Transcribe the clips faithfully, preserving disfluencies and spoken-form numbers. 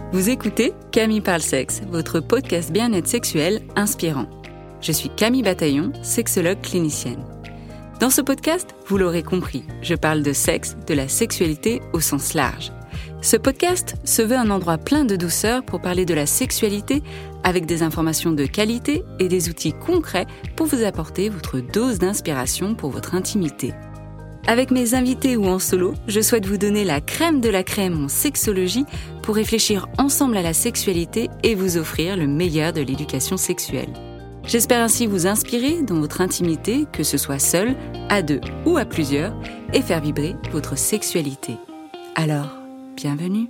Vous écoutez Camille Parle Sexe, votre podcast bien-être sexuel inspirant. Je suis Camille Bataillon, sexologue clinicienne. Dans ce podcast, vous l'aurez compris, je parle de sexe, de la sexualité au sens large. Ce podcast se veut un endroit plein de douceur pour parler de la sexualité avec des informations de qualité et des outils concrets pour vous apporter votre dose d'inspiration pour votre intimité. Avec mes invités ou en solo, je souhaite vous donner la crème de la crème en sexologie pour réfléchir ensemble à la sexualité et vous offrir le meilleur de l'éducation sexuelle. J'espère ainsi vous inspirer dans votre intimité, que ce soit seul, à deux ou à plusieurs, et faire vibrer votre sexualité. Alors, bienvenue.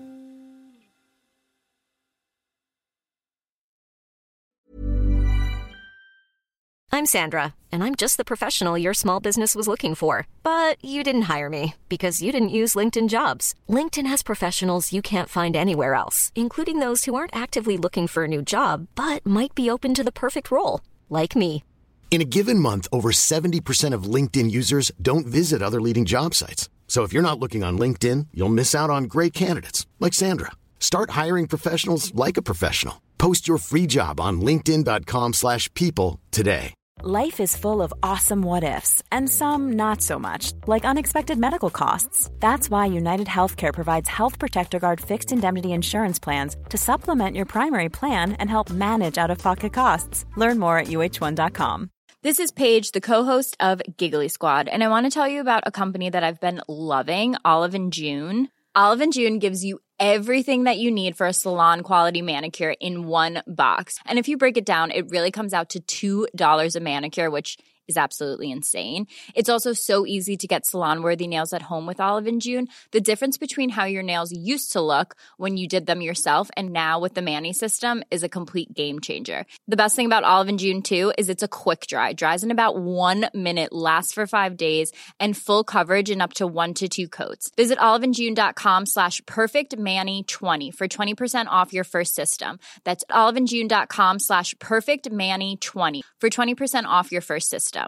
I'm Sandra, and I'm just the professional your small business was looking for. But you didn't hire me because you didn't use LinkedIn Jobs. LinkedIn has professionals you can't find anywhere else, including those who aren't actively looking for a new job, but might be open to the perfect role, like me. In a given month, over seventy percent of LinkedIn users don't visit other leading job sites. So if you're not looking on LinkedIn, you'll miss out on great candidates like Sandra. Start hiring professionals like a professional. Post your free job on linkedin.com slash people today. Life is full of awesome what-ifs, and some not so much, like unexpected medical costs. That's why United Healthcare provides Health Protector Guard fixed indemnity insurance plans to supplement your primary plan and help manage out-of-pocket costs. Learn more at U H one dot com. This is Paige, the co-host of Giggly Squad, and I want to tell you about a company that I've been loving, Olive and June. Olive and June gives you everything that you need for a salon-quality manicure in one box. And if you break it down, it really comes out to two dollars a manicure, which is absolutely insane. It's also so easy to get salon-worthy nails at home with Olive and June. The difference between how your nails used to look when you did them yourself and now with the Mani system is a complete game changer. The best thing about Olive and June, too, is it's a quick dry. Dries in about one minute, lasts for five days, and full coverage in up to one to two coats. Visit oliveandjune.com slash perfectmani20 for twenty percent off your first system. That's oliveandjune.com slash perfectmani20 for twenty percent off your first system.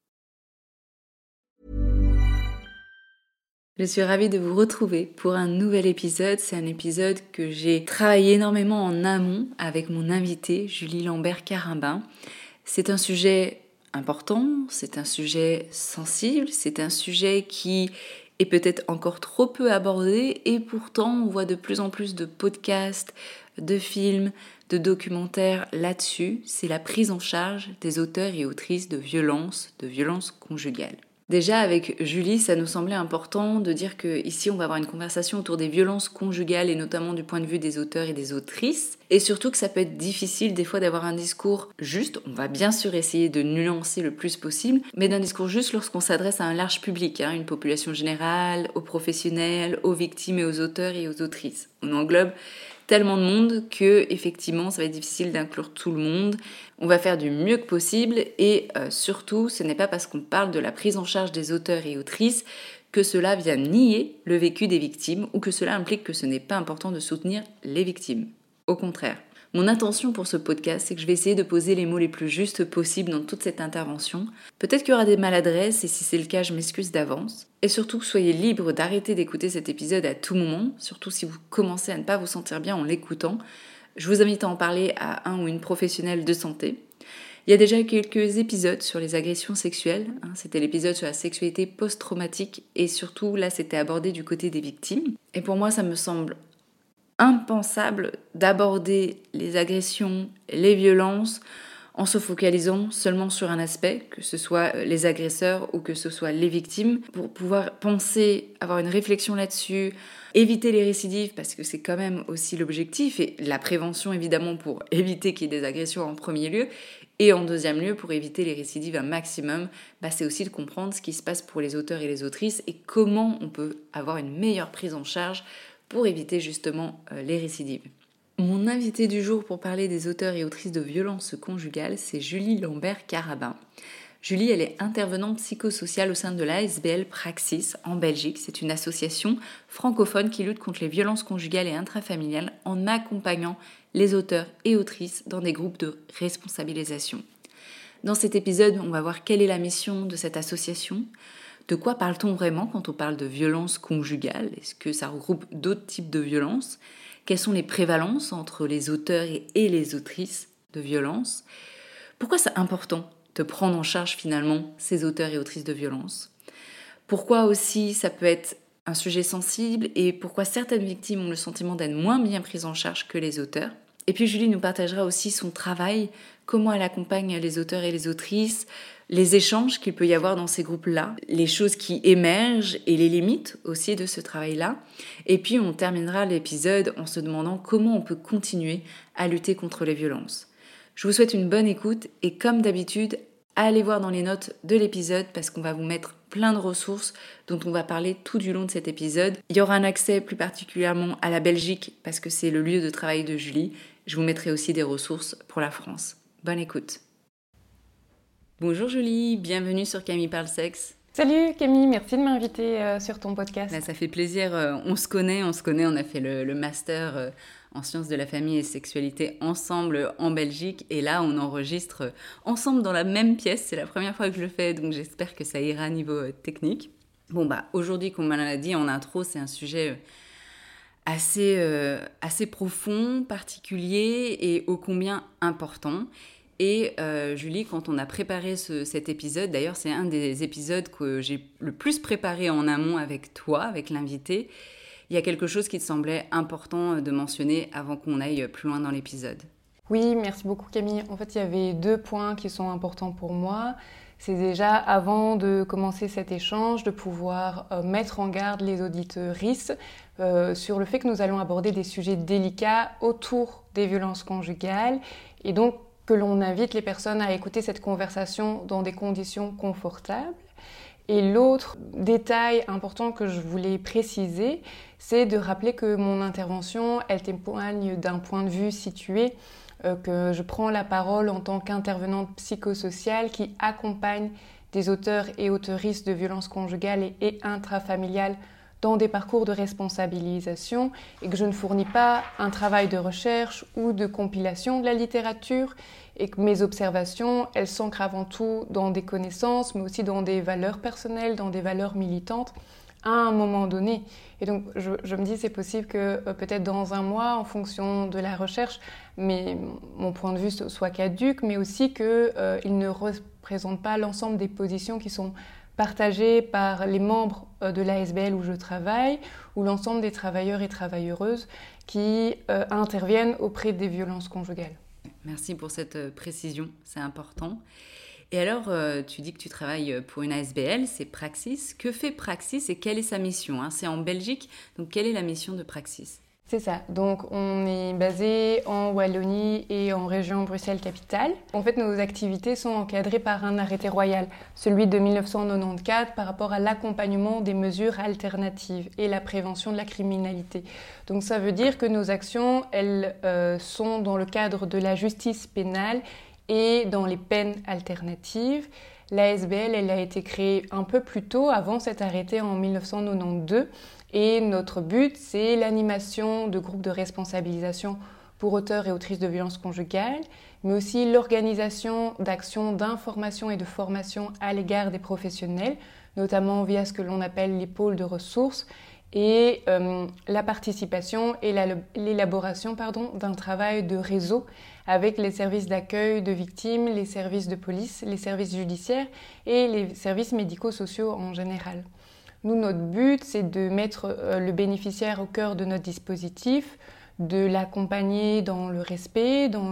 Je suis ravie de vous retrouver pour un nouvel épisode. C'est un épisode que j'ai travaillé énormément en amont avec mon invitée Julie Lambert-Carabin. C'est un sujet important, c'est un sujet sensible, c'est un sujet qui est peut-être encore trop peu abordé et pourtant on voit de plus en plus de podcasts, de films, de documentaires là-dessus. C'est la prise en charge des auteurs et autrices de violences, de violences conjugales. Déjà, avec Julie, ça nous semblait important de dire qu'ici, on va avoir une conversation autour des violences conjugales et notamment du point de vue des auteurs et des autrices. Et surtout que ça peut être difficile des fois d'avoir un discours juste. On va bien sûr essayer de nuancer le plus possible, mais d'un discours juste lorsqu'on s'adresse à un large public, hein, une population générale, aux professionnels, aux victimes et aux auteurs et aux autrices. On englobe tellement de monde que effectivement ça va être difficile d'inclure tout le monde. On va faire du mieux que possible et euh, surtout ce n'est pas parce qu'on parle de la prise en charge des auteurs et autrices que cela vient nier le vécu des victimes ou que cela implique que ce n'est pas important de soutenir les victimes. Au contraire. Mon intention pour ce podcast, c'est que je vais essayer de poser les mots les plus justes possibles dans toute cette intervention. Peut-être qu'il y aura des maladresses et si c'est le cas, je m'excuse d'avance. Et surtout, soyez libres d'arrêter d'écouter cet épisode à tout moment, surtout si vous commencez à ne pas vous sentir bien en l'écoutant. Je vous invite à en parler à un ou une professionnelle de santé. Il y a déjà quelques épisodes sur les agressions sexuelles. Hein, c'était l'épisode sur la sexualité post-traumatique et surtout, là, c'était abordé du côté des victimes. Et pour moi, ça me semble impensable d'aborder les agressions, les violences en se focalisant seulement sur un aspect, que ce soit les agresseurs ou que ce soit les victimes, pour pouvoir penser, avoir une réflexion là-dessus, éviter les récidives parce que c'est quand même aussi l'objectif et la prévention évidemment pour éviter qu'il y ait des agressions en premier lieu et en deuxième lieu pour éviter les récidives un maximum, bah c'est aussi de comprendre ce qui se passe pour les auteurs et les autrices et comment on peut avoir une meilleure prise en charge pour éviter justement euh, les récidives. Mon invitée du jour pour parler des auteurs et autrices de violences conjugales, c'est Julie Lambert-Carabin. Julie, elle est intervenante psychosociale au sein de l'A S B L Praxis en Belgique. C'est une association francophone qui lutte contre les violences conjugales et intrafamiliales en accompagnant les auteurs et autrices dans des groupes de responsabilisation. Dans cet épisode, on va voir quelle est la mission de cette association. De quoi parle-t-on vraiment quand on parle de violence conjugale ? Est-ce que ça regroupe d'autres types de violences ? Quelles sont les prévalences entre les auteurs et les autrices de violences? Pourquoi c'est important de prendre en charge finalement ces auteurs et autrices de violences? Pourquoi aussi ça peut être un sujet sensible et pourquoi certaines victimes ont le sentiment d'être moins bien prises en charge que les auteurs? Et puis Julie nous partagera aussi son travail, comment elle accompagne les auteurs et les autrices, les échanges qu'il peut y avoir dans ces groupes-là, les choses qui émergent et les limites aussi de ce travail-là. Et puis on terminera l'épisode en se demandant comment on peut continuer à lutter contre les violences. Je vous souhaite une bonne écoute et comme d'habitude, allez voir dans les notes de l'épisode parce qu'on va vous mettre plein de ressources dont on va parler tout du long de cet épisode. Il y aura un accès plus particulièrement à la Belgique parce que c'est le lieu de travail de Julie. Je vous mettrai aussi des ressources pour la France. Bonne écoute. Bonjour Julie, bienvenue sur Camille Parle Sexe. Salut Camille, merci de m'inviter euh, sur ton podcast. Là, ça fait plaisir, euh, on se connaît, on se connaît, on a fait le, le master euh, en sciences de la famille et sexualité ensemble en Belgique et là on enregistre ensemble dans la même pièce, c'est la première fois que je le fais donc j'espère que ça ira niveau euh, technique. Bon bah aujourd'hui comme on l'a dit en intro, c'est un sujet... Euh, assez, euh, assez profond, particulier et ô combien important. Et euh, Julie, quand on a préparé ce, cet épisode, d'ailleurs c'est un des épisodes que j'ai le plus préparé en amont avec toi, avec l'invité, il y a quelque chose qui te semblait important de mentionner avant qu'on aille plus loin dans l'épisode. Oui, merci beaucoup Camille. En fait, il y avait deux points qui sont importants pour moi. C'est déjà, avant de commencer cet échange, de pouvoir euh, mettre en garde les auditeuristes euh, sur le fait que nous allons aborder des sujets délicats autour des violences conjugales et donc que l'on invite les personnes à écouter cette conversation dans des conditions confortables. Et l'autre détail important que je voulais préciser, c'est de rappeler que mon intervention, elle témoigne d'un point de vue situé, euh, que je prends la parole en tant qu'intervenante psychosociale qui accompagne des auteurs et auteuristes de violences conjugales et, et intrafamiliales dans des parcours de responsabilisation et que je ne fournis pas un travail de recherche ou de compilation de la littérature et que mes observations, elles s'ancrent avant tout dans des connaissances, mais aussi dans des valeurs personnelles, dans des valeurs militantes à un moment donné. Et donc, je, je me dis, c'est possible que euh, peut-être dans un mois, en fonction de la recherche, mais mon point de vue soit caduque, mais aussi qu'il euh, ne représente pas l'ensemble des positions qui sont partagées par les membres de l'A S B L où je travaille, ou l'ensemble des travailleurs et travailleuses qui euh, interviennent auprès des violences conjugales. Merci pour cette précision, c'est important. Et alors, euh, tu dis que tu travailles pour une A S B L, c'est Praxis. Que fait Praxis et quelle est sa mission, hein? C'est en Belgique, donc quelle est la mission de Praxis? C'est ça, donc on est basé en Wallonie et en région Bruxelles-Capitale. En fait, nos activités sont encadrées par un arrêté royal, celui de mille neuf cent quatre-vingt-quatorze par rapport à l'accompagnement des mesures alternatives et la prévention de la criminalité. Donc ça veut dire que nos actions, elles euh, sont dans le cadre de la justice pénale et dans les peines alternatives. L'A S B L, elle a été créée un peu plus tôt, avant cet arrêté en mille neuf cent quatre-vingt-douze. Et notre but, c'est l'animation de groupes de responsabilisation pour auteurs et autrices de violences conjugales, mais aussi l'organisation d'actions d'information et de formation à l'égard des professionnels, notamment via ce que l'on appelle les pôles de ressources, et euh, la participation et la, l'élaboration pardon, d'un travail de réseau avec les services d'accueil de victimes, les services de police, les services judiciaires et les services médico-sociaux en général. Nous, notre but, c'est de mettre euh, le bénéficiaire au cœur de notre dispositif, de l'accompagner dans le respect, dans,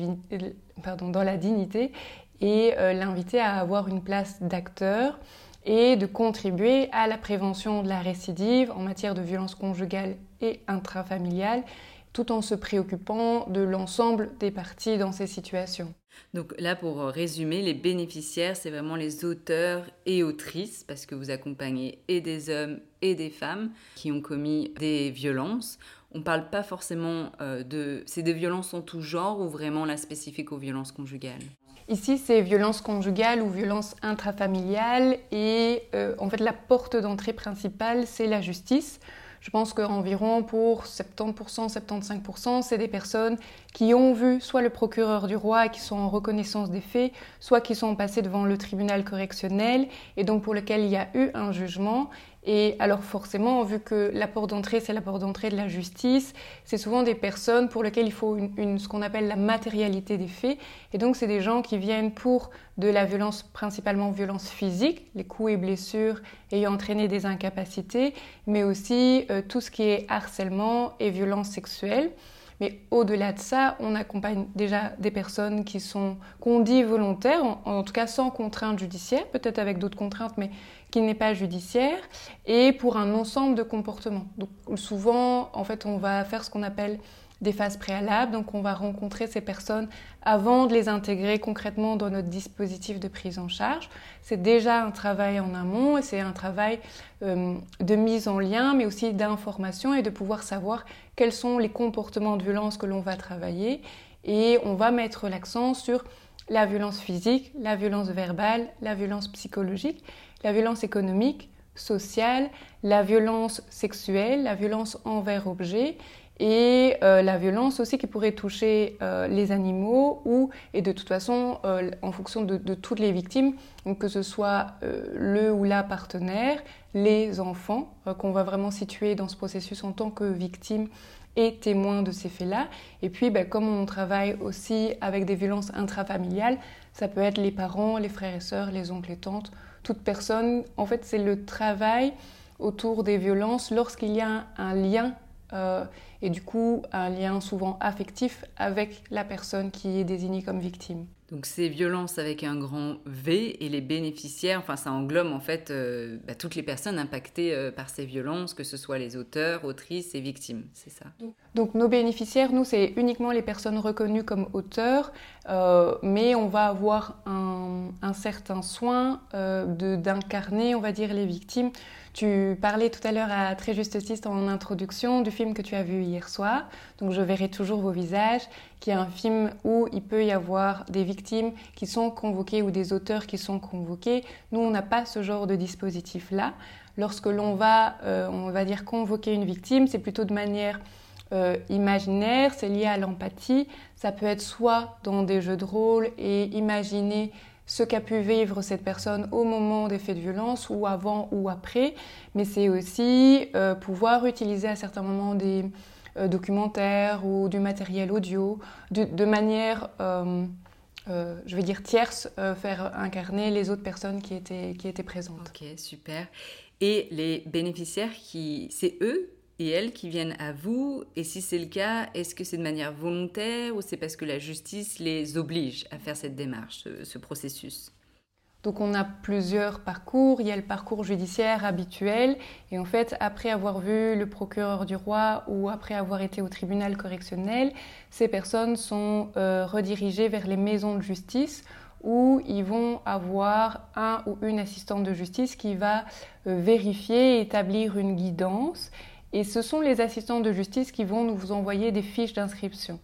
pardon, dans la dignité et euh, l'inviter à avoir une place d'acteur et de contribuer à la prévention de la récidive en matière de violences conjugales et intrafamiliales, tout en se préoccupant de l'ensemble des parties dans ces situations. Donc là, pour résumer, les bénéficiaires, c'est vraiment les auteurs et autrices, parce que vous accompagnez et des hommes et des femmes qui ont commis des violences. On ne parle pas forcément euh, de... C'est des violences en tout genre ou vraiment là spécifique aux violences conjugales? Ici, c'est violences conjugales ou violences intrafamiliales et euh, en fait, la porte d'entrée principale, c'est la justice. Je pense qu'environ pour soixante-dix pour cent, soixante-quinze pour cent, c'est des personnes qui ont vu soit le procureur du roi et qui sont en reconnaissance des faits, soit qui sont passées devant le tribunal correctionnel et donc pour lequel il y a eu un jugement Et alors forcément, vu que la porte d'entrée, c'est la porte d'entrée de la justice, c'est souvent des personnes pour lesquelles il faut une, une, ce qu'on appelle la matérialité des faits. Et donc, c'est des gens qui viennent pour de la violence, principalement violence physique, les coups et blessures ayant entraîné des incapacités, mais aussi euh, tout ce qui est harcèlement et violence sexuelle. Mais au-delà de ça, on accompagne déjà des personnes qui sont, qu'on dit volontaires, en, en tout cas sans contrainte judiciaire, peut-être avec d'autres contraintes, mais qui n'est pas judiciaire, et pour un ensemble de comportements. Donc souvent, en fait, on va faire ce qu'on appelle des phases préalables, donc on va rencontrer ces personnes avant de les intégrer concrètement dans notre dispositif de prise en charge. C'est déjà un travail en amont et c'est un travail euh, de mise en lien, mais aussi d'information et de pouvoir savoir quels sont les comportements de violence que l'on va travailler. Et on va mettre l'accent sur la violence physique, la violence verbale, la violence psychologique, la violence économique, sociale, la violence sexuelle, la violence envers objet et euh, la violence aussi qui pourrait toucher euh, les animaux ou, et de toute façon, euh, en fonction de, de toutes les victimes, donc que ce soit euh, le ou la partenaire, les enfants, euh, qu'on va vraiment situer dans ce processus en tant que victimes et témoins de ces faits-là. Et puis, ben, comme on travaille aussi avec des violences intrafamiliales, ça peut être les parents, les frères et sœurs, les oncles et tantes, toute personne. En fait, c'est le travail autour des violences lorsqu'il y a un lien euh, et du coup un lien souvent affectif avec la personne qui est désignée comme victime. Donc ces violences avec un grand V et les bénéficiaires, enfin ça englobe en fait euh, bah, toutes les personnes impactées euh, par ces violences, que ce soit les auteurs, autrices et victimes, c'est ça? Donc nos bénéficiaires, nous, c'est uniquement les personnes reconnues comme auteurs, euh, mais on va avoir un, un certain soin euh, de, d'incarner, on va dire, les victimes. Tu parlais tout à l'heure à très juste titre en introduction du film que tu as vu hier soir, donc Je verrai toujours vos visages, qui est un film où il peut y avoir des victimes qui sont convoquées ou des auteurs qui sont convoqués. Nous, on n'a pas ce genre de dispositif-là. Lorsque l'on va, euh, on va dire, convoquer une victime, c'est plutôt de manière euh, imaginaire, c'est lié à l'empathie. Ça peut être soit dans des jeux de rôle et imaginer ce qu'a pu vivre cette personne au moment des faits de violence ou avant ou après, mais c'est aussi euh, pouvoir utiliser à certains moments des euh, documentaires ou du matériel audio de, de manière, euh, euh, je vais dire tierce, euh, faire incarner les autres personnes qui étaient, qui étaient présentes. Ok, super. Et les bénéficiaires, qui, c'est eux et elles qui viennent à vous, et si c'est le cas, est-ce que c'est de manière volontaire ou c'est parce que la justice les oblige à faire cette démarche, ce, ce processus? Donc on a plusieurs parcours, il y a le parcours judiciaire habituel et en fait après avoir vu le procureur du roi ou après avoir été au tribunal correctionnel, ces personnes sont euh, redirigées vers les maisons de justice où ils vont avoir un ou une assistante de justice qui va euh, vérifier et établir une guidance. Et ce sont les assistants de justice qui vont nous envoyer des fiches d'inscription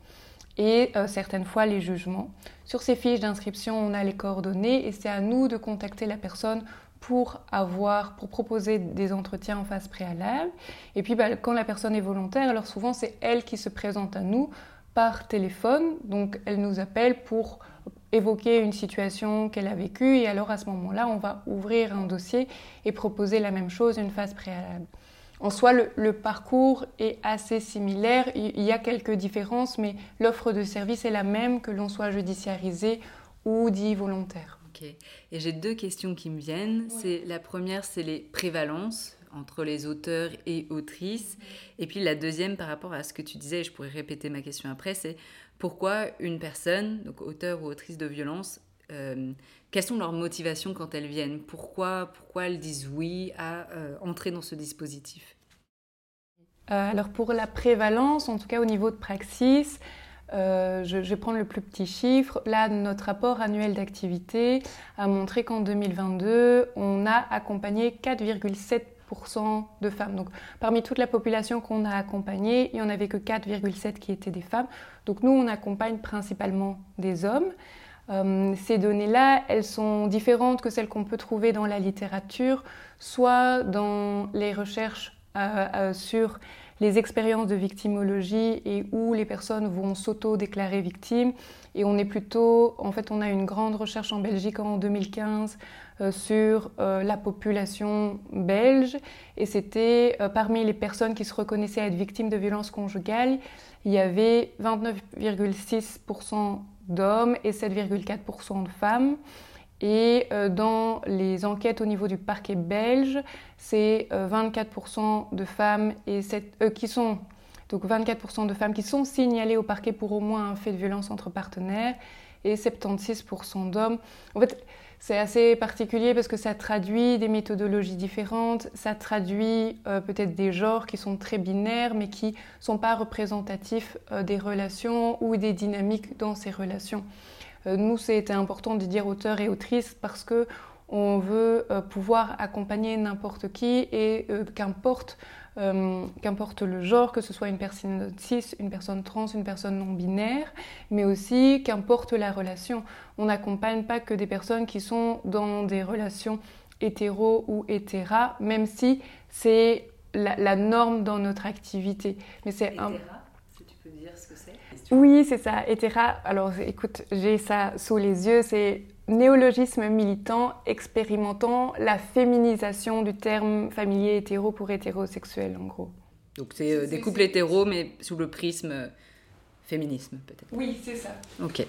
et euh, certaines fois les jugements. Sur ces fiches d'inscription, on a les coordonnées et c'est à nous de contacter la personne pour, avoir, pour proposer des entretiens en phase préalable. Et puis bah, quand la personne est volontaire, alors souvent c'est elle qui se présente à nous par téléphone. Donc elle nous appelle pour évoquer une situation qu'elle a vécue et alors à ce moment-là, on va ouvrir un dossier et proposer la même chose, une phase préalable. En soi, le, le parcours est assez similaire. Il y a quelques différences, mais l'offre de service est la même que l'on soit judiciarisé ou dit volontaire. Ok. Et j'ai deux questions qui me viennent. Ouais. C'est, la première, c'est les prévalences entre les auteurs et autrices. Et puis la deuxième, par rapport à ce que tu disais, et je pourrais répéter ma question après, c'est pourquoi une personne, donc auteur ou autrice de violence, euh, quelles sont leurs motivations quand elles viennent? Pourquoi, pourquoi elles disent oui à euh, entrer dans ce dispositif? euh, Alors pour la prévalence, en tout cas au niveau de Praxis, euh, je, je vais prendre le plus petit chiffre. Là, notre rapport annuel d'activité a montré qu'en deux mille vingt-deux, on a accompagné quatre virgule sept pour cent de femmes. Donc, parmi toute la population qu'on a accompagnée, il n'y en avait que quatre virgule sept qui étaient des femmes. Donc nous, on accompagne principalement des hommes. Euh, ces données-là, elles sont différentes que celles qu'on peut trouver dans la littérature, soit dans les recherches euh, euh, sur les expériences de victimologie et où les personnes vont s'auto-déclarer victimes. Et on est plutôt, en fait, on a une grande recherche en Belgique en deux mille quinze euh, sur euh, la population belge. Et c'était euh, parmi les personnes qui se reconnaissaient être victimes de violences conjugales, il y avait vingt-neuf virgule six pour cent d'hommes et sept virgule quatre pour cent de femmes. Et euh, dans les enquêtes au niveau du parquet belge, c'est euh, vingt-quatre pour cent de femmes et sept, euh, qui sont donc vingt-quatre pour cent de femmes qui sont signalées au parquet pour au moins un fait de violence entre partenaires et soixante-seize pour cent d'hommes. En fait, c'est assez particulier parce que ça traduit des méthodologies différentes, ça traduit euh, peut-être des genres qui sont très binaires mais qui ne sont pas représentatifs euh, des relations ou des dynamiques dans ces relations. Euh, nous, c'était important de dire auteurs et autrices parce qu'on veut euh, pouvoir accompagner n'importe qui et euh, qu'importe, euh, qu'importe le genre, que ce soit une personne cis, une personne trans, une personne non-binaire, mais aussi qu'importe la relation. On n'accompagne pas que des personnes qui sont dans des relations hétéro ou hétéra, même si c'est la, la norme dans notre activité. Mais c'est hétéra, un... si tu peux dire ce que c'est? Oui, c'est ça, hétéra. Alors écoute, j'ai ça sous les yeux, c'est néologisme militant expérimentant la féminisation du terme familier hétéro pour hétérosexuel, en gros. Donc c'est euh, des couples hétéros, mais sous le prisme euh, féminisme, peut-être. Oui, c'est ça. Ok.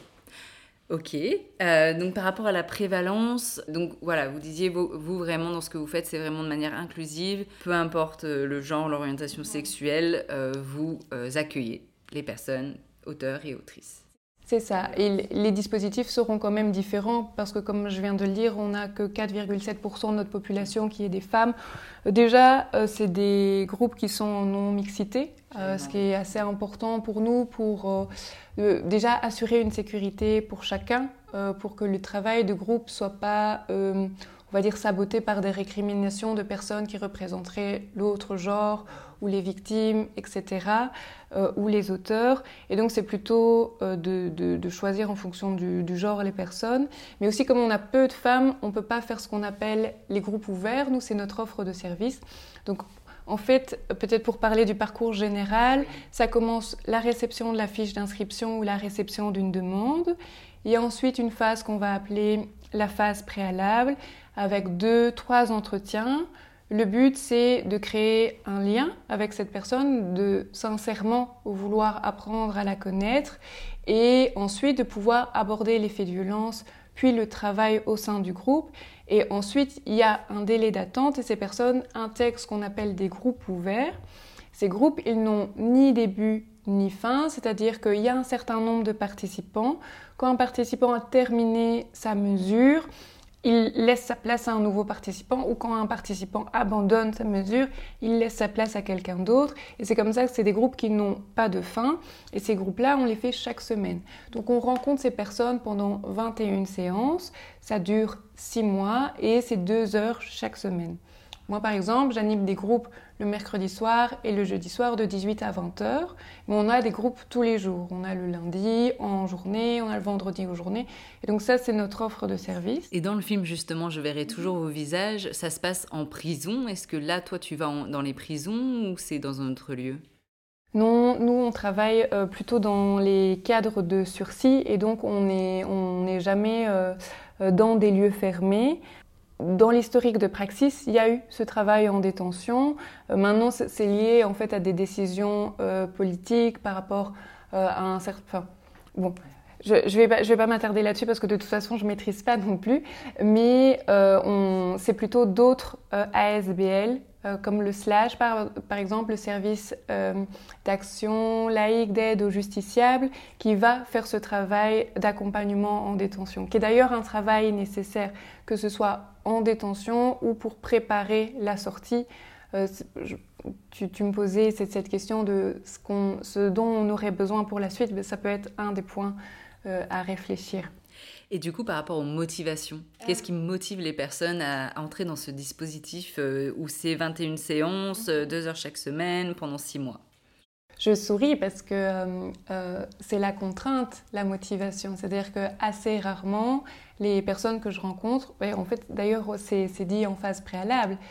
Ok. Euh, donc par rapport à la prévalence, donc voilà, vous disiez, vous, vous vraiment, dans ce que vous faites, c'est vraiment de manière inclusive. Peu importe euh, le genre, l'orientation sexuelle, euh, vous euh, accueillez les personnes, auteurs et autrices. C'est ça. Et les dispositifs seront quand même différents parce que, comme je viens de le dire, on n'a que quatre virgule sept pour cent de notre population qui est des femmes. Déjà, euh, c'est des groupes qui sont en non-mixité, euh, ce qui est assez important pour nous, pour euh, euh, déjà assurer une sécurité pour chacun, euh, pour que le travail de groupe soit pas... Euh, on va dire saboté par des récriminations de personnes qui représenteraient l'autre genre ou les victimes, et cetera, euh, ou les auteurs. Et donc, c'est plutôt euh, de, de, de choisir en fonction du, du genre les personnes. Mais aussi, comme on a peu de femmes, on ne peut pas faire ce qu'on appelle les groupes ouverts. Nous, c'est notre offre de service. Donc, en fait, peut-être pour parler du parcours général, ça commence la réception de la fiche d'inscription ou la réception d'une demande. Il y a ensuite une phase qu'on va appeler la phase préalable, avec deux, trois entretiens. Le but, c'est de créer un lien avec cette personne, de sincèrement vouloir apprendre à la connaître et ensuite de pouvoir aborder les faits de violence, puis le travail au sein du groupe. Et ensuite, il y a un délai d'attente et ces personnes intègrent ce qu'on appelle des groupes ouverts. Ces groupes, ils n'ont ni début ni fin, c'est-à-dire qu'il y a un certain nombre de participants. Quand un participant a terminé sa mesure, il laisse sa place à un nouveau participant, ou quand un participant abandonne sa mesure, il laisse sa place à quelqu'un d'autre. Et c'est comme ça que c'est des groupes qui n'ont pas de fin. Et ces groupes-là, on les fait chaque semaine. Donc on rencontre ces personnes pendant vingt et une séances. Ça dure six mois et c'est deux heures chaque semaine. Moi, par exemple, j'anime des groupes le mercredi soir et le jeudi soir de dix-huit à vingt heures. Mais on a des groupes tous les jours. On a le lundi en journée, on a le vendredi en journée. Et donc ça, c'est notre offre de service. Et dans le film, justement, je verrai toujours vos visages. Ça se passe en prison. Est-ce que là, toi, tu vas en, dans les prisons ou c'est dans un autre lieu ? Non, nous, on travaille euh, plutôt dans les cadres de sursis. Et donc, on n'est on n'est jamais euh, dans des lieux fermés. Dans l'historique de Praxis, il y a eu ce travail en détention. Euh, maintenant, c'est lié en fait à des décisions euh, politiques par rapport euh, à un certain... Enfin, bon, je ne vais pas, je vais pas m'attarder là-dessus parce que de toute façon, je ne maîtrise pas non plus. Mais euh, on, c'est plutôt d'autres euh, A S B L, euh, comme le SLAGE, par, par exemple, le service euh, d'action laïque d'aide aux justiciables, qui va faire ce travail d'accompagnement en détention, qui est d'ailleurs un travail nécessaire, que ce soit en détention ou pour préparer la sortie. Euh, je, tu, tu me posais cette, cette question de ce, qu'on, ce dont on aurait besoin pour la suite, mais ça peut être un des points euh, à réfléchir. Et du coup, par rapport aux motivations, qu'est-ce qui motive les personnes à entrer dans ce dispositif euh, où c'est vingt et une séances, deux heures chaque semaine, pendant six mois ? Je souris parce que euh, euh, c'est la contrainte, la motivation. C'est-à-dire que assez rarement, les personnes que je rencontre, en fait, d'ailleurs, c'est, c'est dit en phase préalable,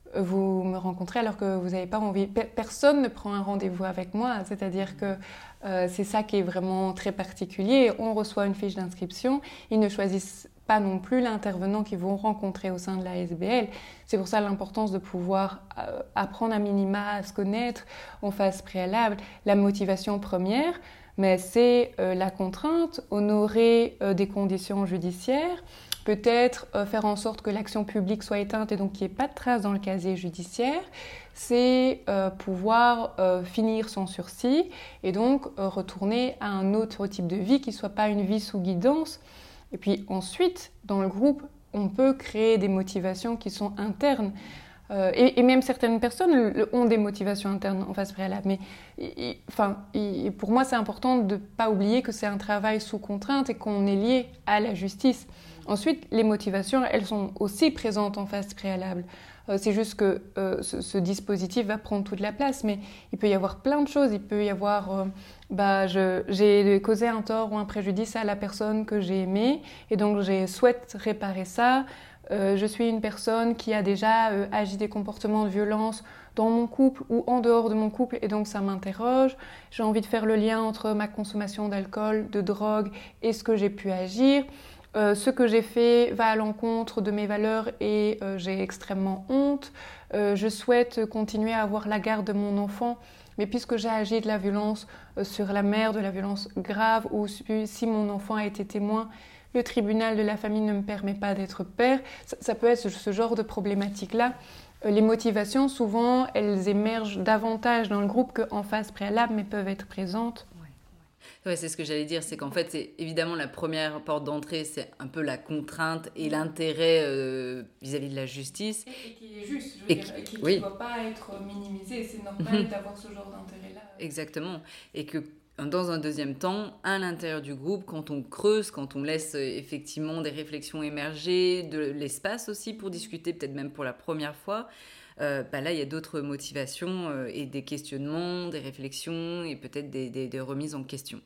vous me rencontrez alors que vous n'avez pas envie. Personne ne prend un rendez-vous avec moi, c'est-à-dire que euh, c'est ça qui est vraiment très particulier. On reçoit une fiche d'inscription, ils ne choisissent pas non plus l'intervenant qu'ils vont rencontrer au sein de la S B L. C'est pour ça l'importance de pouvoir euh, apprendre à minima à se connaître en phase préalable. La motivation première, mais c'est euh, la contrainte, honorer euh, des conditions judiciaires, peut-être euh, faire en sorte que l'action publique soit éteinte et donc qu'il n'y ait pas de traces dans le casier judiciaire, c'est euh, pouvoir euh, finir son sursis et donc euh, retourner à un autre type de vie qui ne soit pas une vie sous guidance. Et puis ensuite, dans le groupe, on peut créer des motivations qui sont internes. Euh, et, et même certaines personnes le, ont des motivations internes en phase préalable. Mais et, enfin, et pour moi, c'est important de ne pas oublier que c'est un travail sous contrainte et qu'on est lié à la justice. Ensuite, les motivations, elles sont aussi présentes en phase préalable. Euh, c'est juste que euh, ce, ce dispositif va prendre toute la place, mais il peut y avoir plein de choses. Il peut y avoir, euh, bah, je, j'ai causé un tort ou un préjudice à la personne que j'ai aimée, et donc je souhaite réparer ça. Euh, je suis une personne qui a déjà euh, agi des comportements de violence dans mon couple ou en dehors de mon couple, et donc ça m'interroge. J'ai envie de faire le lien entre ma consommation d'alcool, de drogue et ce que j'ai pu agir. Euh, ce que j'ai fait va à l'encontre de mes valeurs et euh, j'ai extrêmement honte. Euh, je souhaite continuer à avoir la garde de mon enfant, mais puisque j'ai agi de la violence euh, sur la mère, de la violence grave, ou si mon enfant a été témoin, le tribunal de la famille ne me permet pas d'être père. Ça, ça peut être ce, ce genre de problématique-là. Euh, les motivations, souvent, elles émergent davantage dans le groupe qu'en phase préalable, mais peuvent être présentes. Ouais, c'est ce que j'allais dire, c'est qu'en fait, c'est évidemment la première porte d'entrée, c'est un peu la contrainte et l'intérêt euh, vis-à-vis de la justice. Et, et qui est juste, je veux et dire, et qui ne oui. doit pas être minimisé. C'est normal mmh. d'avoir ce genre d'intérêt-là. Exactement. Et que dans un deuxième temps, à l'intérieur du groupe, quand on creuse, quand on laisse effectivement des réflexions émerger, de l'espace aussi pour discuter, peut-être même pour la première fois, Euh, bah là, il y a d'autres motivations euh, et des questionnements, des réflexions et peut-être des, des, des remises en question.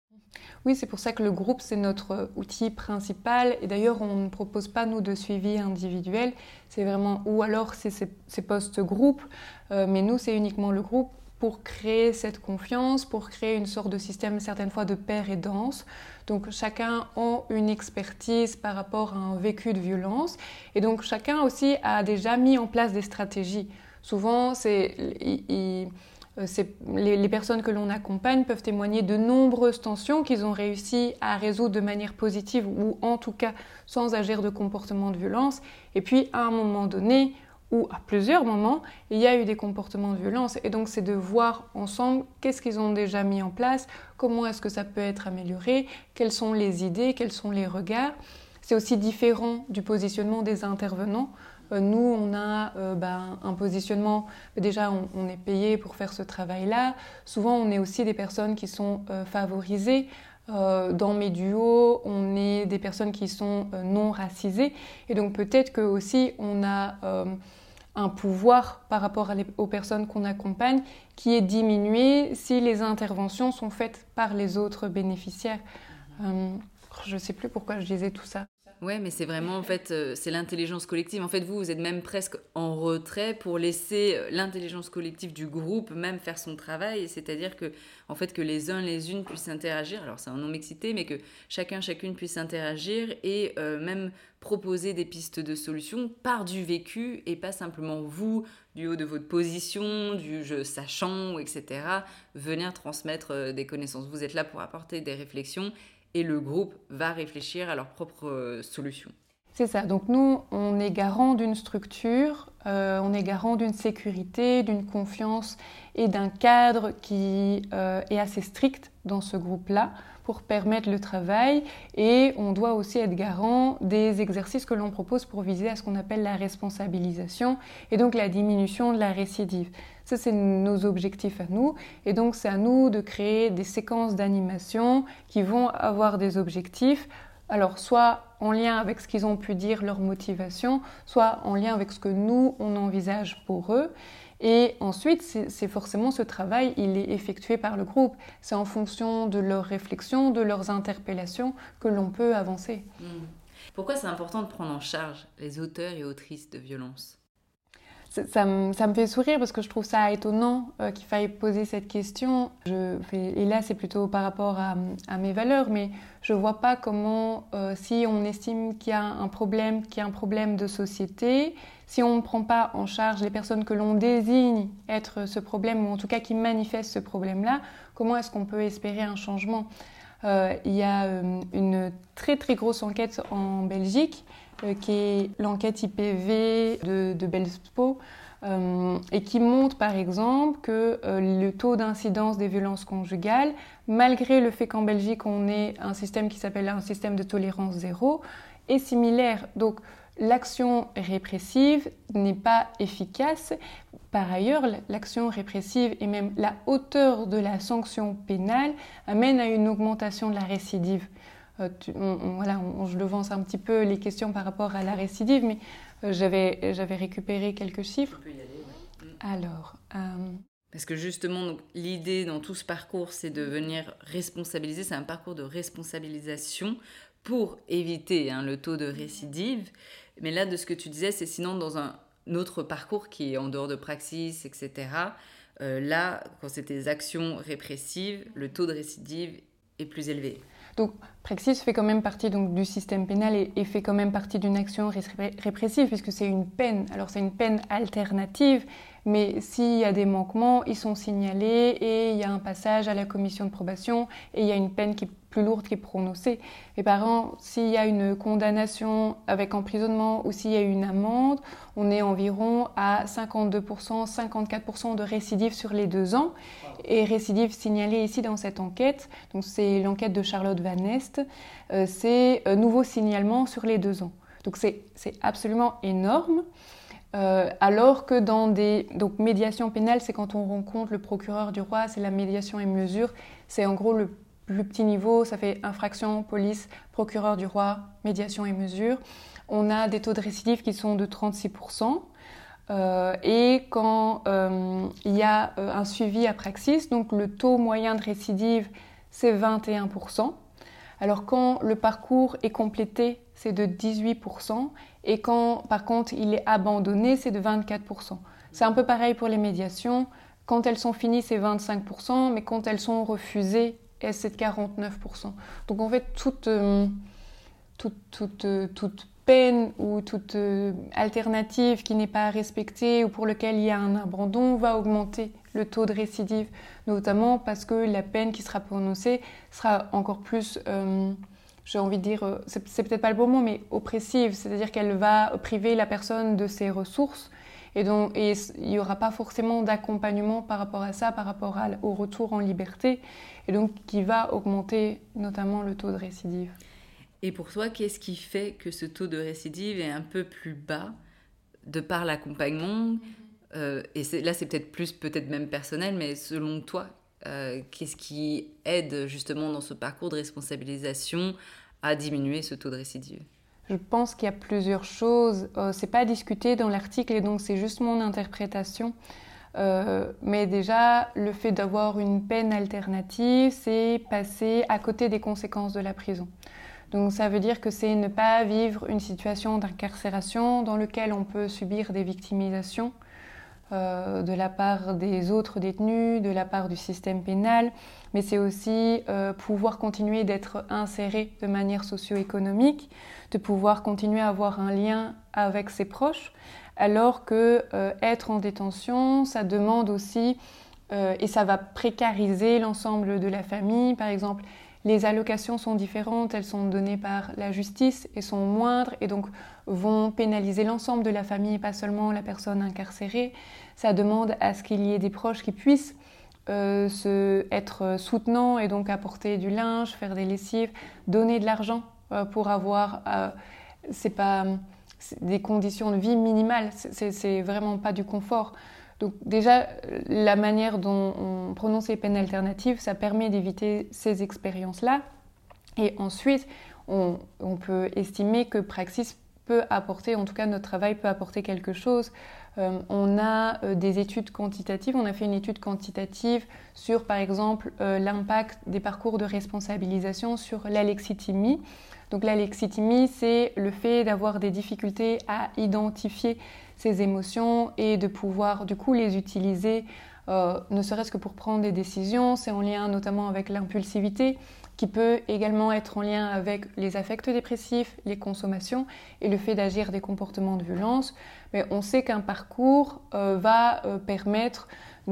Oui, c'est pour ça que le groupe, c'est notre outil principal. Et d'ailleurs, on ne propose pas, nous, de suivi individuel. C'est vraiment, ou alors, c'est ces, ces postes groupes. Euh, mais nous, c'est uniquement le groupe pour créer cette confiance, pour créer une sorte de système, certaines fois, de pair et danse. Donc, chacun a une expertise par rapport à un vécu de violence. Et donc, chacun aussi a déjà mis en place des stratégies. Souvent, c'est... Il, il, C'est, les, les personnes que l'on accompagne peuvent témoigner de nombreuses tensions qu'ils ont réussi à résoudre de manière positive ou en tout cas sans agir de comportement de violence. Et puis à un moment donné, ou à plusieurs moments, il y a eu des comportements de violence. Et donc c'est de voir ensemble qu'est-ce qu'ils ont déjà mis en place, comment est-ce que ça peut être amélioré, quelles sont les idées, quels sont les regards. C'est aussi différent du positionnement des intervenants. Nous, on a euh, ben, un positionnement, déjà on, on est payé pour faire ce travail-là. Souvent, on est aussi des personnes qui sont euh, favorisées. Euh, dans mes duos, on est des personnes qui sont euh, non racisées. Et donc peut-être que aussi on a euh, un pouvoir par rapport à les, aux personnes qu'on accompagne qui est diminué si les interventions sont faites par les autres bénéficiaires. Euh, je ne sais plus pourquoi je disais tout ça. Ouais, mais c'est vraiment, en fait, euh, c'est l'intelligence collective. En fait, vous, vous êtes même presque en retrait pour laisser l'intelligence collective du groupe même faire son travail. C'est-à-dire que, en fait, que les uns, les unes puissent interagir. Alors, c'est un non-mixité, mais que chacun, chacune puisse interagir et euh, même proposer des pistes de solutions par du vécu et pas simplement vous, du haut de votre position, du je sachant, et cetera, venir transmettre euh, des connaissances. Vous êtes là pour apporter des réflexions et le groupe va réfléchir à leurs propres euh, solutions. C'est ça. Donc nous, on est garant d'une structure, euh, on est garant d'une sécurité, d'une confiance et d'un cadre qui euh, est assez strict dans ce groupe-là pour permettre le travail. Et on doit aussi être garant des exercices que l'on propose pour viser à ce qu'on appelle la responsabilisation et donc la diminution de la récidive. Ça, c'est nos objectifs à nous. Et donc, c'est à nous de créer des séquences d'animation qui vont avoir des objectifs, alors soit en lien avec ce qu'ils ont pu dire, leur motivation, soit en lien avec ce que nous, on envisage pour eux. Et ensuite, c'est, c'est forcément ce travail, il est effectué par le groupe. C'est en fonction de leurs réflexions, de leurs interpellations que l'on peut avancer. Mmh. Pourquoi c'est important de prendre en charge les auteurs et autrices de violences ? Ça me, ça me fait sourire parce que je trouve ça étonnant euh, qu'il faille poser cette question. Je fais, et là, c'est plutôt par rapport à, à mes valeurs, mais je ne vois pas comment, euh, si on estime qu'il y a un problème, qu'il y a un problème de société, si on ne prend pas en charge les personnes que l'on désigne être ce problème, ou en tout cas qui manifestent ce problème-là, comment est-ce qu'on peut espérer un changement ? euh, Il y a euh, une très très grosse enquête en Belgique, Euh, qui est l'enquête I P V de, de Belspo, euh, et qui montre par exemple que euh, le taux d'incidence des violences conjugales, malgré le fait qu'en Belgique on ait un système qui s'appelle un système de tolérance zéro, est similaire. Donc l'action répressive n'est pas efficace. Par ailleurs, l'action répressive et même la hauteur de la sanction pénale amène à une augmentation de la récidive. Euh, tu, on, on, voilà, on, je devance un petit peu les questions par rapport à la récidive, mais euh, j'avais, j'avais récupéré quelques chiffres. On peut y aller, ouais. Alors, euh... parce que justement, donc, l'idée dans tout ce parcours, c'est de venir responsabiliser. C'est un parcours de responsabilisation pour éviter hein, le taux de récidive. Mais là, de ce que tu disais, c'est sinon dans un autre parcours qui est en dehors de Praxis, et cetera. Euh, là, quand c'est des actions répressives, le taux de récidive est plus élevé. Donc, Praxis fait quand même partie donc, du système pénal et, et fait quand même partie d'une action ré- répressive puisque c'est une peine. Alors, c'est une peine alternative, mais s'il y a des manquements, ils sont signalés et il y a un passage à la commission de probation et il y a une peine qui est plus lourde qui est prononcée. Et par exemple, s'il y a une condamnation avec emprisonnement ou s'il y a une amende, on est environ à cinquante-deux pour cent, cinquante-quatre pour cent de récidive sur les deux ans. Et récidive signalée ici dans cette enquête, donc c'est l'enquête de Charlotte Van Est, euh, c'est euh, nouveau signalement sur les deux ans. Donc c'est, c'est absolument énorme. Euh, alors que dans des donc médiation pénale, c'est quand on rencontre le procureur du roi, c'est la médiation et mesure, c'est en gros le plus petit niveau, ça fait infraction, police, procureur du roi, médiation et mesure. On a des taux de récidive qui sont de trente-six pour cent. Euh, et quand euh, il y a euh, un suivi à Praxis, donc le taux moyen de récidive, c'est vingt et un pour cent. Alors quand le parcours est complété, c'est de dix-huit pour cent. Et quand, par contre, il est abandonné, c'est de vingt-quatre pour cent. C'est un peu pareil pour les médiations. Quand elles sont finies, c'est vingt-cinq pour cent, mais quand elles sont refusées, c'est de quarante-neuf pour cent. Donc en fait, toute, euh, toute, toute, euh, toute peine ou toute euh, alternative qui n'est pas respectée ou pour laquelle il y a un abandon va augmenter le taux de récidive, notamment parce que la peine qui sera prononcée sera encore plus, euh, j'ai envie de dire, euh, c'est, c'est peut-être pas le bon mot, mais oppressive, c'est-à-dire qu'elle va priver la personne de ses ressources et, donc, et il n'y aura pas forcément d'accompagnement par rapport à ça, par rapport à, au retour en liberté, et donc qui va augmenter notamment le taux de récidive. Et pour toi, qu'est-ce qui fait que ce taux de récidive est un peu plus bas de par l'accompagnement euh, et c'est, là, c'est peut-être plus, peut-être même personnel, mais selon toi, euh, qu'est-ce qui aide justement dans ce parcours de responsabilisation à diminuer ce taux de récidive ? Je pense qu'il y a plusieurs choses. Euh, c'est pas discuté dans l'article et donc c'est juste mon interprétation. Euh, mais déjà, le fait d'avoir une peine alternative, c'est passer à côté des conséquences de la prison. Donc ça veut dire que c'est ne pas vivre une situation d'incarcération dans laquelle on peut subir des victimisations euh, de la part des autres détenus, de la part du système pénal, mais c'est aussi euh, pouvoir continuer d'être inséré de manière socio-économique, de pouvoir continuer à avoir un lien avec ses proches, alors que euh, être en détention, ça demande aussi, euh, et ça va précariser l'ensemble de la famille, par exemple. Les allocations sont différentes, elles sont données par la justice et sont moindres et donc vont pénaliser l'ensemble de la famille, pas seulement la personne incarcérée. Ça demande à ce qu'il y ait des proches qui puissent euh, se, être soutenants et donc apporter du linge, faire des lessives, donner de l'argent euh, pour avoir... Euh, c'est pas c'est des conditions de vie minimales, c'est, c'est, c'est vraiment pas du confort. Donc déjà, la manière dont on prononce les peines alternatives, ça permet d'éviter ces expériences-là. Et ensuite, on, on peut estimer que Praxis peut apporter, en tout cas notre travail peut apporter quelque chose. Euh, on a euh, des études quantitatives, on a fait une étude quantitative sur, par exemple, euh, l'impact des parcours de responsabilisation sur l'alexithymie. Donc l'alexithymie, c'est le fait d'avoir des difficultés à identifier ses émotions et de pouvoir du coup les utiliser, euh, ne serait-ce que pour prendre des décisions. C'est en lien notamment avec l'impulsivité, qui peut également être en lien avec les affects dépressifs, les consommations et le fait d'agir des comportements de violence. Mais on sait qu'un parcours euh, va euh, permettre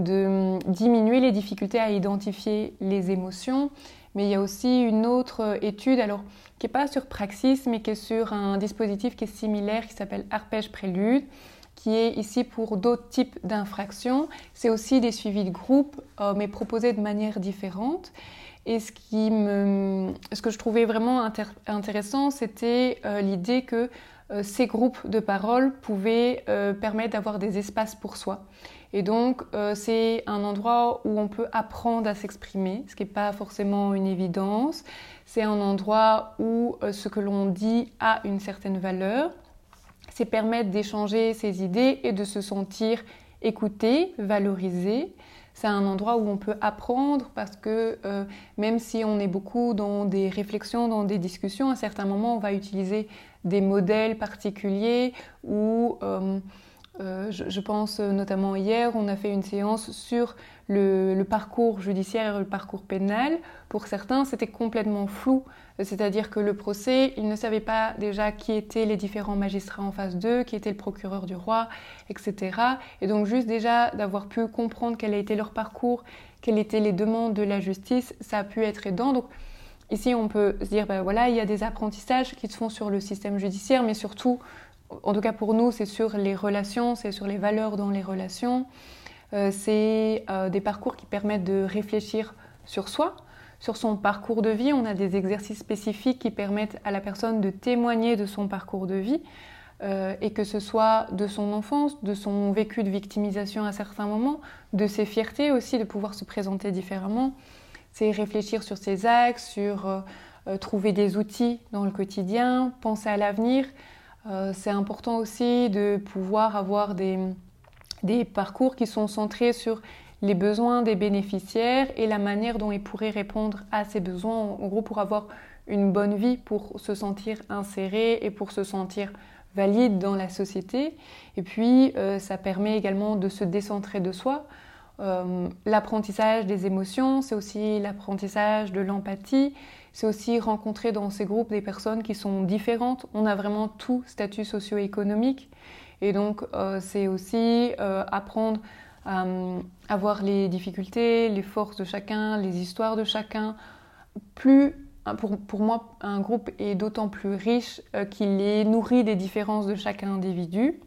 de diminuer les difficultés à identifier les émotions. Mais il y a aussi une autre étude, alors qui n'est pas sur Praxis, mais qui est sur un dispositif qui est similaire, qui s'appelle Arpège Prélude, qui est ici pour d'autres types d'infractions. C'est aussi des suivis de groupe, euh, mais proposés de manière différente. Et ce, qui me, ce que je trouvais vraiment inter- intéressant, c'était euh, l'idée que euh, ces groupes de parole pouvaient euh, permettre d'avoir des espaces pour soi. Et donc, euh, c'est un endroit où on peut apprendre à s'exprimer, ce qui n'est pas forcément une évidence. C'est un endroit où euh, ce que l'on dit a une certaine valeur. C'est permettre d'échanger ses idées et de se sentir écouté, valorisé. C'est un endroit où on peut apprendre parce que euh, même si on est beaucoup dans des réflexions, dans des discussions, à certains moments, on va utiliser des modèles particuliers ou... Euh, Euh, je, je pense notamment hier, on a fait une séance sur le, le parcours judiciaire et le parcours pénal. Pour certains, c'était complètement flou, c'est-à-dire que le procès, ils ne savaient pas déjà qui étaient les différents magistrats en face d'eux, qui était le procureur du roi, et cetera. Et donc juste déjà d'avoir pu comprendre quel a été leur parcours, quelles étaient les demandes de la justice, ça a pu être aidant. Donc, ici, on peut se dire, ben voilà, il y a des apprentissages qui se font sur le système judiciaire, mais surtout, en tout cas pour nous, c'est sur les relations, c'est sur les valeurs dans les relations. Euh, c'est euh, des parcours qui permettent de réfléchir sur soi, sur son parcours de vie. On a des exercices spécifiques qui permettent à la personne de témoigner de son parcours de vie, euh, et que ce soit de son enfance, de son vécu de victimisation à certains moments, de ses fiertés aussi, de pouvoir se présenter différemment. C'est réfléchir sur ses axes, sur euh, euh, trouver des outils dans le quotidien, penser à l'avenir. Euh, c'est important aussi de pouvoir avoir des, des parcours qui sont centrés sur les besoins des bénéficiaires et la manière dont ils pourraient répondre à ces besoins, en gros pour avoir une bonne vie, pour se sentir inséré et pour se sentir valide dans la société. Et puis, euh, ça permet également de se décentrer de soi. Euh, l'apprentissage des émotions, c'est aussi l'apprentissage de l'empathie. C'est aussi rencontrer dans ces groupes des personnes qui sont différentes. On a vraiment tout statut socio-économique. Et donc, euh, c'est aussi euh, apprendre à, à voir les difficultés, les forces de chacun, les histoires de chacun. Plus, pour, pour moi, un groupe est d'autant plus riche euh, qu'il est nourri des différences de chaque individu.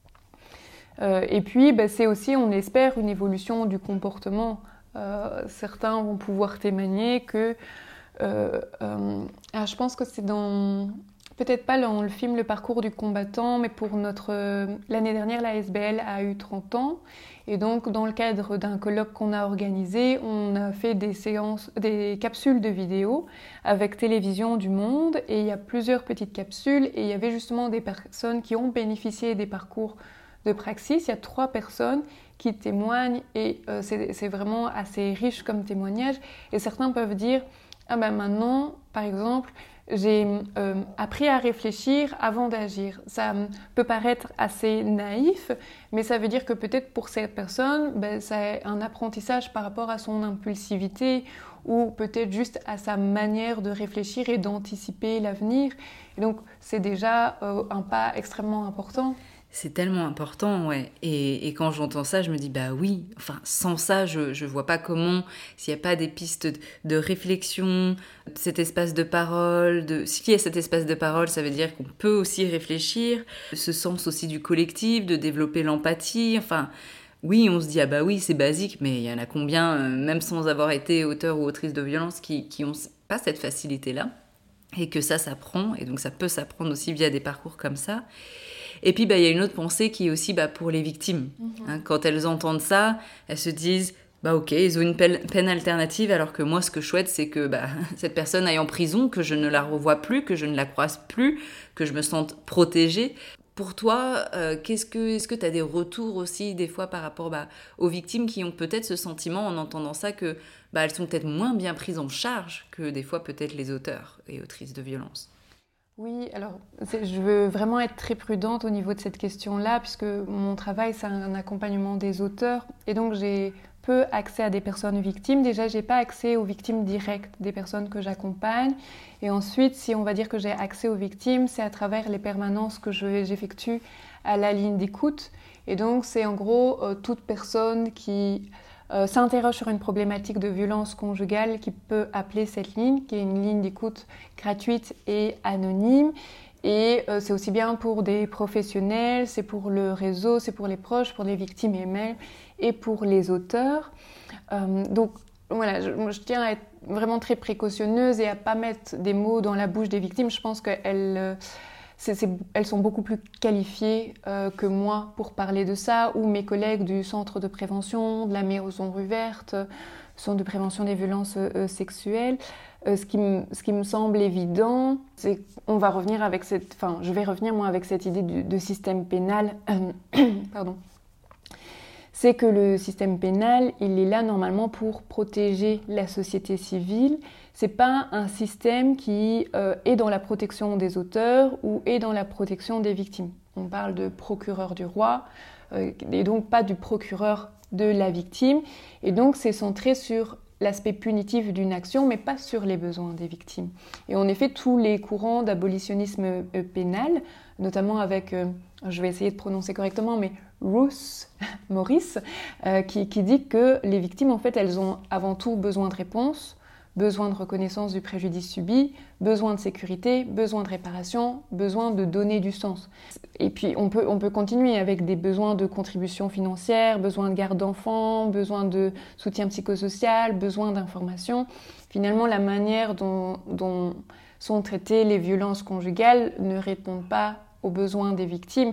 Euh, et puis, bah, c'est aussi, on espère, une évolution du comportement. Euh, certains vont pouvoir témoigner que Euh, euh, alors je pense que c'est dans, peut-être pas dans le film Le parcours du combattant, mais pour notre, euh, l'année dernière, la S B L a eu trente ans. Et donc, dans le cadre d'un colloque qu'on a organisé, on a fait des séances, des capsules de vidéos avec Télévision du Monde. Et il y a plusieurs petites capsules. Et il y avait justement des personnes qui ont bénéficié des parcours de Praxis. Il y a trois personnes qui témoignent et euh, c'est, c'est vraiment assez riche comme témoignage. Et certains peuvent dire... Ah ben maintenant, par exemple, j'ai euh, appris à réfléchir avant d'agir. Ça peut paraître assez naïf, mais ça veut dire que peut-être pour cette personne, ben, c'est un apprentissage par rapport à son impulsivité ou peut-être juste à sa manière de réfléchir et d'anticiper l'avenir. Et donc, c'est déjà euh, un pas extrêmement important. C'est tellement important, ouais. Et, et quand j'entends ça, je me dis, bah oui, enfin, sans ça, je ne vois pas comment, s'il n'y a pas des pistes de, de réflexion, cet espace de parole, de... s'il y a cet espace de parole, ça veut dire qu'on peut aussi réfléchir, ce sens aussi du collectif, de développer l'empathie, enfin... Oui, on se dit, ah bah oui, c'est basique, mais il y en a combien, euh, même sans avoir été auteur ou autrice de violence, qui, qui n'ont pas cette facilité-là, et que ça s'apprend, et donc ça peut s'apprendre aussi via des parcours comme ça. Et puis, bah, y a une autre pensée qui est aussi bah, pour les victimes. Mmh. Hein, quand elles entendent ça, elles se disent, bah ok, ils ont une peine alternative, alors que moi, ce que je souhaite, c'est que bah, cette personne aille en prison, que je ne la revoie plus, que je ne la croise plus, que je me sente protégée. Pour toi, euh, qu'est-ce que, est-ce que tu as des retours aussi, des fois, par rapport bah, aux victimes qui ont peut-être ce sentiment, en entendant ça, que bah, elles sont peut-être moins bien prises en charge que des fois, peut-être, les auteurs et autrices de violences? Oui, alors je veux vraiment être très prudente au niveau de cette question-là, puisque mon travail, c'est un accompagnement des auteurs, et donc j'ai peu accès à des personnes victimes. Déjà, j'ai pas accès aux victimes directes des personnes que j'accompagne, et ensuite, si on va dire que j'ai accès aux victimes, c'est à travers les permanences que je, j'effectue à la ligne d'écoute, et donc c'est en gros euh, toute personne qui Euh, s'interroge sur une problématique de violence conjugale qui peut appeler cette ligne, qui est une ligne d'écoute gratuite et anonyme. Et euh, c'est aussi bien pour des professionnels, c'est pour le réseau, c'est pour les proches, pour les victimes elles-mêmes et pour les auteurs. Euh, donc voilà, je, je tiens à être vraiment très précautionneuse et à ne pas mettre des mots dans la bouche des victimes. Je pense qu'elles... Euh, C'est, c'est, elles sont beaucoup plus qualifiées euh, que moi pour parler de ça, ou mes collègues du centre de prévention, de la Maison Rue Verte, centre de prévention des violences euh, sexuelles. Euh, ce, qui me, ce qui me semble évident, c'est qu'on va revenir avec cette, enfin, je vais revenir moi avec cette idée de, de système pénal. Pardon. C'est que le système pénal, il est là normalement pour protéger la société civile. C'est pas un système qui euh, est dans la protection des auteurs ou est dans la protection des victimes. On parle de procureur du roi euh, et donc pas du procureur de la victime. Et donc c'est centré sur l'aspect punitif d'une action, mais pas sur les besoins des victimes. Et en effet, tous les courants d'abolitionnisme euh, pénal, notamment avec, euh, je vais essayer de prononcer correctement, mais Ruth Morris, euh, qui, qui dit que les victimes, en fait, elles ont avant tout besoin de réponse, besoin de reconnaissance du préjudice subi, besoin de sécurité, besoin de réparation, besoin de donner du sens. Et puis on peut, on peut continuer avec des besoins de contribution financière, besoin de garde d'enfants, besoin de soutien psychosocial, besoin d'information. Finalement, la manière dont, dont sont traitées les violences conjugales ne répond pas aux besoins des victimes.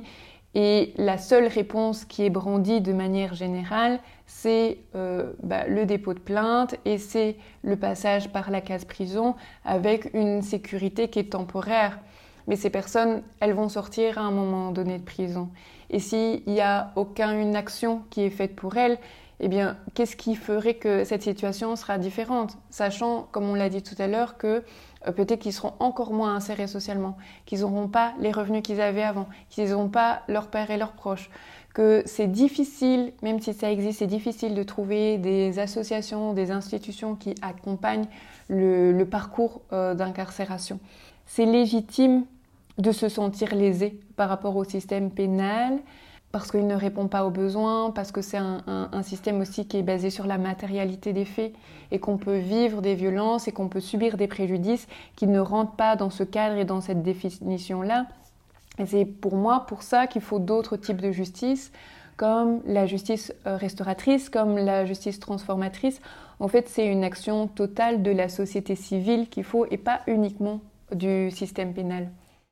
Et la seule réponse qui est brandie de manière générale, c'est euh, bah, le dépôt de plainte et c'est le passage par la case prison avec une sécurité qui est temporaire. Mais ces personnes, elles vont sortir à un moment donné de prison. Et s'il n'y a aucune action qui est faite pour elles, eh bien, qu'est-ce qui ferait que cette situation sera différente? Sachant, comme on l'a dit tout à l'heure, que euh, peut-être qu'ils seront encore moins insérés socialement, qu'ils n'auront pas les revenus qu'ils avaient avant, qu'ils n'auront pas leur père et leurs proches, que c'est difficile, même si ça existe, c'est difficile de trouver des associations, des institutions qui accompagnent le, le parcours euh, d'incarcération. C'est légitime de se sentir lésé par rapport au système pénal, parce qu'il ne répond pas aux besoins, parce que c'est un, un, un système aussi qui est basé sur la matérialité des faits et qu'on peut vivre des violences et qu'on peut subir des préjudices qui ne rentrent pas dans ce cadre et dans cette définition-là. Et c'est pour moi pour ça qu'il faut d'autres types de justice, comme la justice restauratrice, comme la justice transformatrice. En fait, c'est une action totale de la société civile qu'il faut et pas uniquement du système pénal.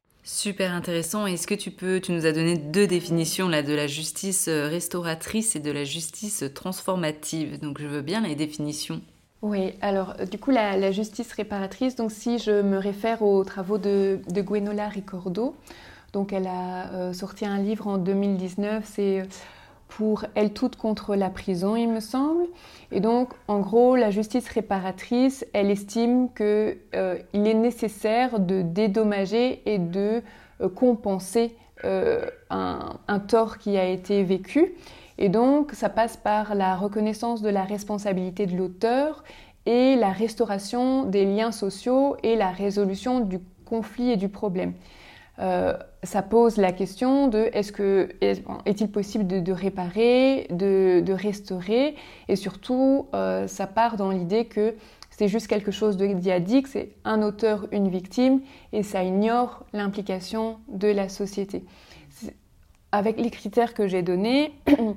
Super intéressant. Est-ce que tu peux, tu nous as donné deux définitions là, de la justice restauratrice et de la justice transformative. Donc je veux bien les définitions. Oui, alors du coup la, la justice réparatrice, donc si je me réfère aux travaux de, de Gwenola Ricordo, donc elle a euh, sorti un livre en deux mille dix-neuf, c'est pour Elle toute contre la prison, il me semble. Et donc, en gros, la justice réparatrice, elle estime qu'il euh, est nécessaire de dédommager et de euh, compenser euh, un, un tort qui a été vécu. Et donc, ça passe par la reconnaissance de la responsabilité de l'auteur et la restauration des liens sociaux et la résolution du conflit et du problème. Euh, ça pose la question de est-ce que, est, est-il possible de, de réparer, de, de restaurer, et surtout euh, ça part dans l'idée que c'est juste quelque chose de diadique, c'est un auteur, une victime, et ça ignore l'implication de la société. C'est, avec les critères que j'ai donnés,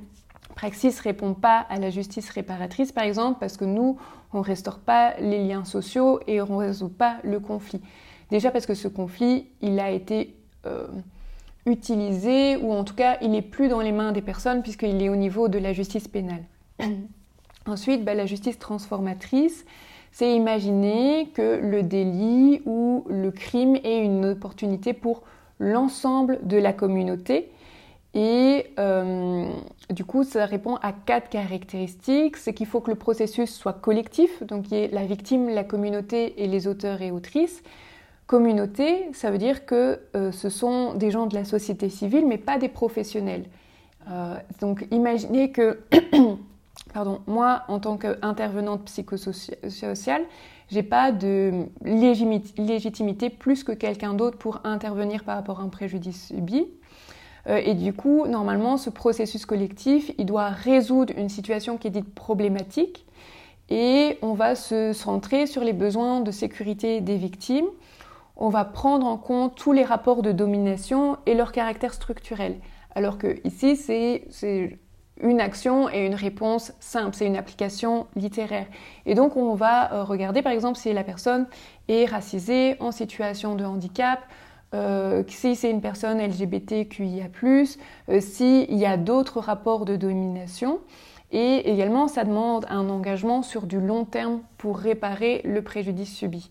Praxis ne répond pas à la justice réparatrice par exemple parce que nous, on ne restaure pas les liens sociaux et on ne résout pas le conflit. Déjà parce que ce conflit, il a été euh, utilisé, ou en tout cas, il n'est plus dans les mains des personnes puisqu'il est au niveau de la justice pénale. Ensuite, bah, la justice transformatrice, c'est imaginer que le délit ou le crime est une opportunité pour l'ensemble de la communauté. Et euh, du coup, ça répond à quatre caractéristiques. C'est qu'il faut que le processus soit collectif, donc il y ait la victime, la communauté et les auteurs et autrices. Communauté, ça veut dire que euh, ce sont des gens de la société civile, mais pas des professionnels. Euh, donc imaginez que, pardon, moi, en tant qu'intervenante psychosociale, j'ai pas de légitimité plus que quelqu'un d'autre pour intervenir par rapport à un préjudice subi. Euh, et du coup, normalement, ce processus collectif, il doit résoudre une situation qui est dite problématique, et on va se centrer sur les besoins de sécurité des victimes. On va prendre en compte tous les rapports de domination et leur caractère structurel. Alors que ici, c'est, c'est une action et une réponse simple, c'est une application littéraire. Et donc, on va regarder, par exemple, si la personne est racisée, en situation de handicap, euh, si c'est une personne L G B T Q I A plus, euh, s'il y a d'autres rapports de domination. Et également, ça demande un engagement sur du long terme pour réparer le préjudice subi.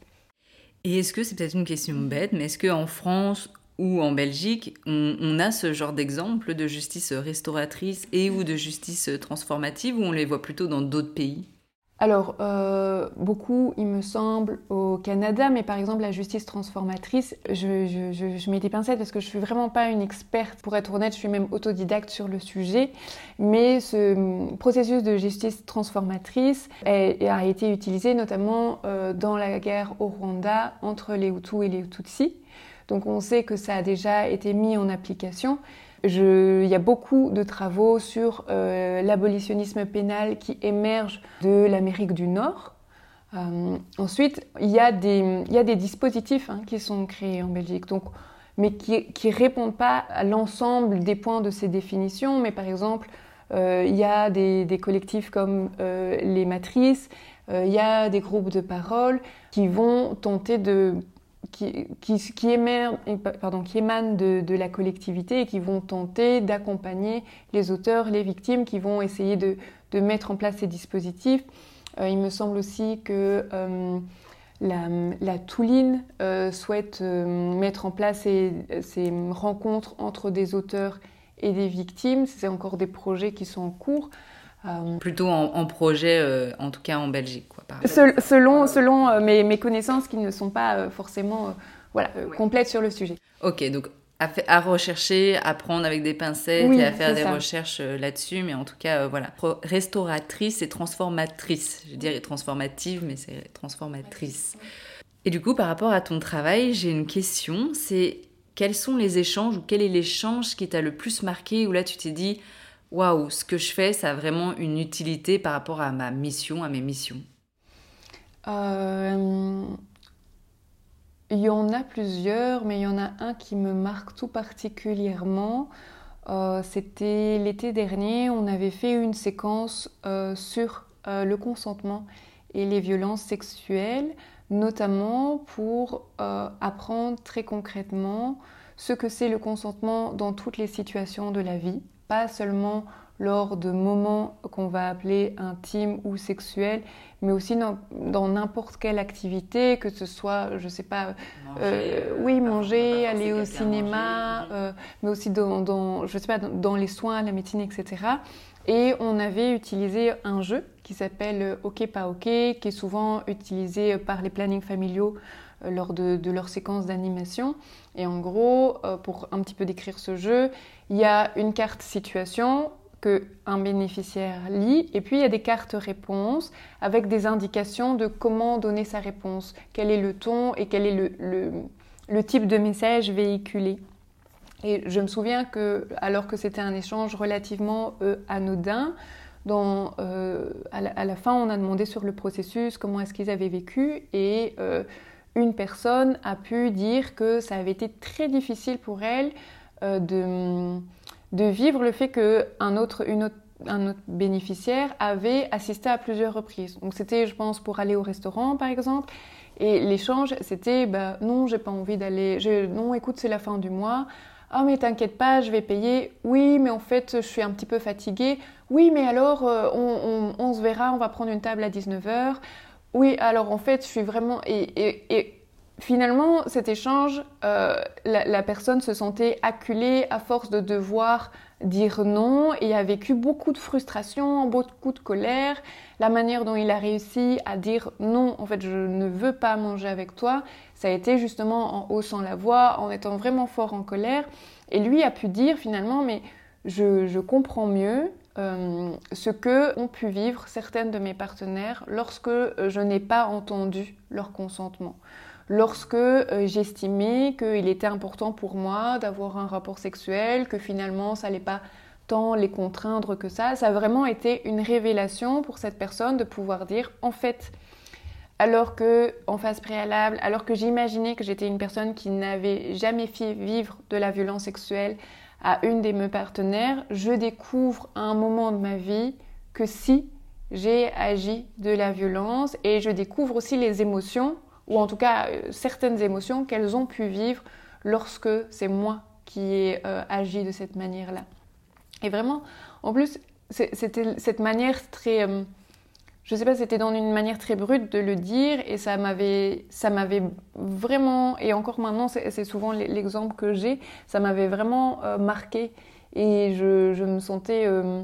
Et est-ce que, c'est peut-être une question bête, mais est-ce qu'en France ou en Belgique, on, on a ce genre d'exemple de justice restauratrice et ou de justice transformative, ou on les voit plutôt dans d'autres pays ? Alors, euh, beaucoup, il me semble, au Canada, mais par exemple, la justice transformatrice, je, je, je, je mets des pincettes parce que je ne suis vraiment pas une experte. Pour être honnête, je suis même autodidacte sur le sujet. Mais ce processus de justice transformatrice a, a été utilisé notamment euh, dans la guerre au Rwanda entre les Hutus et les Tutsis. Donc, on sait que ça a déjà été mis en application. Je, il y a beaucoup de travaux sur euh, l'abolitionnisme pénal qui émerge de l'Amérique du Nord. Euh, ensuite, il y a des, il y a des dispositifs hein, qui sont créés en Belgique, donc, mais qui ne répondent pas à l'ensemble des points de ces définitions. Mais par exemple, euh, il y a des, des collectifs comme euh, les Matrices, euh, il y a des groupes de parole qui vont tenter de... Qui, qui, qui, émèrent, pardon, qui émanent de, de la collectivité et qui vont tenter d'accompagner les auteurs, les victimes, qui vont essayer de, de mettre en place ces dispositifs. Euh, il me semble aussi que euh, la, la Touline euh, souhaite euh, mettre en place ces, ces rencontres entre des auteurs et des victimes. C'est encore des projets qui sont en cours. Euh, Plutôt en, en projet, euh, en tout cas en Belgique, quoi. Par selon selon euh, mes, mes connaissances qui ne sont pas euh, forcément euh, voilà, euh, ouais. complètes sur le sujet. Ok, donc à, fait, à rechercher, à prendre avec des pincettes oui, et à faire des ça. recherches euh, là-dessus, mais en tout cas, euh, voilà. Restauratrice et transformatrice. Je dirais transformative, mais c'est transformatrice. Et du coup, par rapport à ton travail, j'ai une question, c'est quels sont les échanges ou quel est l'échange qui t'a le plus marqué, où là tu t'es dit... Waouh, ce que je fais, ça a vraiment une utilité par rapport à ma mission, à mes missions. Euh, il y en a plusieurs, mais il y en a un qui me marque tout particulièrement. Euh, c'était l'été dernier, on avait fait une séquence euh, sur euh, le consentement et les violences sexuelles, notamment pour euh, apprendre très concrètement ce que c'est le consentement dans toutes les situations de la vie. Pas seulement lors de moments qu'on va appeler intimes ou sexuels, mais aussi dans, dans n'importe quelle activité, que ce soit, je sais pas, manger, euh, oui, manger, aller au cinéma, manger, euh, mais aussi dans, dans, je sais pas, dans, dans les soins, la médecine, et cetera. Et on avait utilisé un jeu qui s'appelle OK pas OK, qui est souvent utilisé par les plannings familiaux lors de, de leur séquence d'animation. Et en gros, euh, pour un petit peu décrire ce jeu, il y a une carte situation qu'un bénéficiaire lit, et puis il y a des cartes réponses avec des indications de comment donner sa réponse, quel est le ton et quel est le, le, le type de message véhiculé. Et je me souviens que, alors que c'était un échange relativement euh, anodin, dans, euh, à, la, à la fin, on a demandé sur le processus comment est-ce qu'ils avaient vécu, et euh, une personne a pu dire que ça avait été très difficile pour elle euh, de, de vivre le fait qu'un autre, une autre, un autre bénéficiaire avait assisté à plusieurs reprises. Donc c'était, je pense, pour aller au restaurant, par exemple. Et l'échange, c'était bah, « Non, j'ai pas envie d'aller. Je, non, écoute, c'est la fin du mois. Ah, mais t'inquiète pas, je vais payer. Oui, mais en fait, je suis un petit peu fatiguée. Oui, mais alors, euh, on, on, on se verra, on va prendre une table à dix-neuf heures. Oui, alors en fait, je suis vraiment... » Et, et, et finalement, cet échange, euh, la, la personne se sentait acculée à force de devoir dire non et a vécu beaucoup de frustration, beaucoup de colère. La manière dont il a réussi à dire non, en fait, je ne veux pas manger avec toi, ça a été justement en haussant la voix, en étant vraiment fort en colère. Et lui a pu dire finalement, mais je, je comprends mieux euh, ce que ont pu vivre certaines de mes partenaires lorsque je n'ai pas entendu leur consentement. Lorsque euh, j'estimais qu'il était important pour moi d'avoir un rapport sexuel, que finalement ça n'allait pas tant les contraindre que ça, ça a vraiment été une révélation pour cette personne de pouvoir dire en fait, alors que en phase préalable, alors que j'imaginais que j'étais une personne qui n'avait jamais fait vivre de la violence sexuelle à une de mes partenaires, je découvre à un moment de ma vie que si j'ai agi de la violence et je découvre aussi les émotions ou en tout cas euh, certaines émotions qu'elles ont pu vivre lorsque c'est moi qui ai euh, agi de cette manière-là. Et vraiment, en plus, c'était cette manière très... Euh, je sais pas, c'était dans une manière très brute de le dire et ça m'avait, ça m'avait vraiment... Et encore maintenant, c'est, c'est souvent l'exemple que j'ai, ça m'avait vraiment euh, marqué et je, je me sentais... Euh,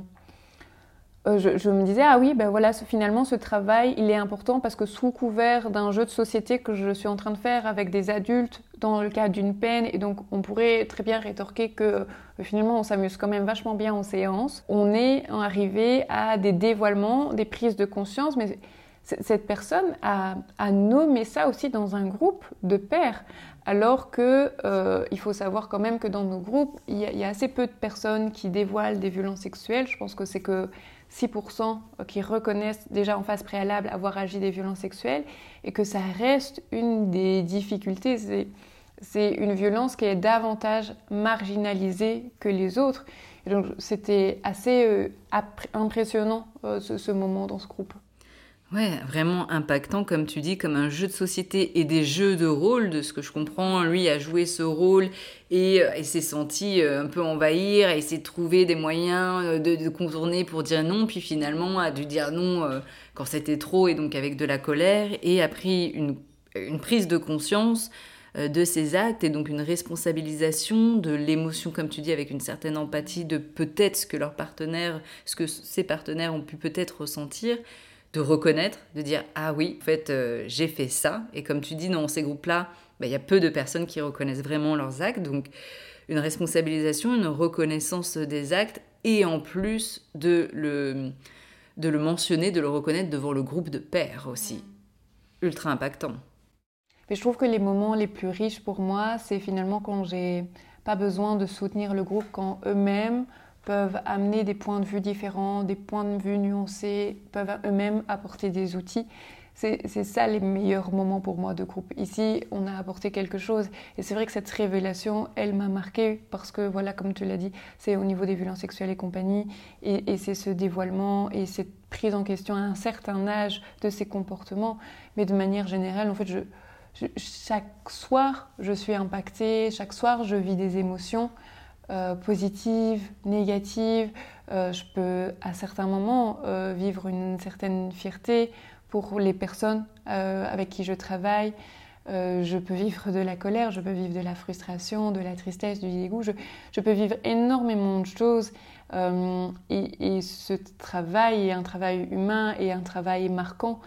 Je, je me disais, ah oui, ben voilà, ce, finalement, ce travail, il est important parce que sous couvert d'un jeu de société que je suis en train de faire avec des adultes dans le cadre d'une peine, et donc on pourrait très bien rétorquer que euh, finalement, on s'amuse quand même vachement bien en séance, on est arrivé à des dévoilements, des prises de conscience, mais cette personne a, a nommé ça aussi dans un groupe de pairs, alors que euh, il faut savoir quand même que dans nos groupes, il y, a, il y a assez peu de personnes qui dévoilent des violences sexuelles. Je pense que c'est que six pour cent qui reconnaissent déjà en phase préalable avoir agi des violences sexuelles et que ça reste une des difficultés. C'est, c'est une violence qui est davantage marginalisée que les autres. Et donc c'était assez euh, impressionnant euh, ce, ce moment dans ce groupe. Ouais, vraiment impactant, comme tu dis, comme un jeu de société et des jeux de rôle, de ce que je comprends. Lui a joué ce rôle et, et s'est senti un peu envahir, et s'est trouvé des moyens de, de contourner pour dire non, puis finalement a dû dire non euh, quand c'était trop, et donc avec de la colère, et a pris une, une prise de conscience euh, de ses actes, et donc une responsabilisation de l'émotion, comme tu dis, avec une certaine empathie de peut-être ce que leurs partenaires, ce que ses partenaires ont pu peut-être ressentir, de reconnaître, de dire « Ah oui, en fait, euh, j'ai fait ça ». Et comme tu dis, dans ces groupes-là, bah, y a peu de personnes qui reconnaissent vraiment leurs actes. Donc, une responsabilisation, une reconnaissance des actes, et en plus de le, de le mentionner, de le reconnaître devant le groupe de pairs aussi. Ultra impactant. Mais je trouve que les moments les plus riches pour moi, c'est finalement quand j'ai pas besoin de soutenir le groupe, quand eux-mêmes peuvent amener des points de vue différents, des points de vue nuancés, peuvent eux-mêmes apporter des outils. C'est, c'est ça les meilleurs moments pour moi de groupe. Ici, on a apporté quelque chose. Et c'est vrai que cette révélation, elle m'a marquée parce que, voilà, comme tu l'as dit, c'est au niveau des violences sexuelles et compagnie. Et, et c'est ce dévoilement et cette prise en question à un certain âge de ces comportements. Mais de manière générale, en fait, je, je, chaque soir, je suis impactée. Chaque soir, je vis des émotions. Euh, positives, négatives. Euh, je peux à certains moments euh, vivre une certaine fierté pour les personnes euh, avec qui je travaille. Euh, je peux vivre de la colère, je peux vivre de la frustration, de la tristesse, du dégoût. Je, je peux vivre énormément de choses. Euh, et, et ce travail est un travail humain et un travail marquant.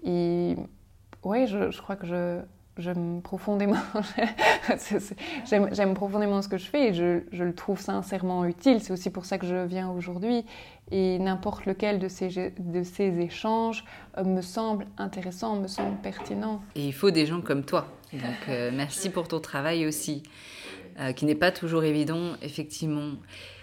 Et ouais, je, je crois que je... J'aime profondément, j'aime, j'aime profondément ce que je fais et je, je le trouve sincèrement utile. C'est aussi pour ça que je viens aujourd'hui. Et n'importe lequel de ces, de ces échanges euh, me semble intéressant, me semble pertinent. Et il faut des gens comme toi. Donc euh, merci pour ton travail aussi, euh, qui n'est pas toujours évident, effectivement.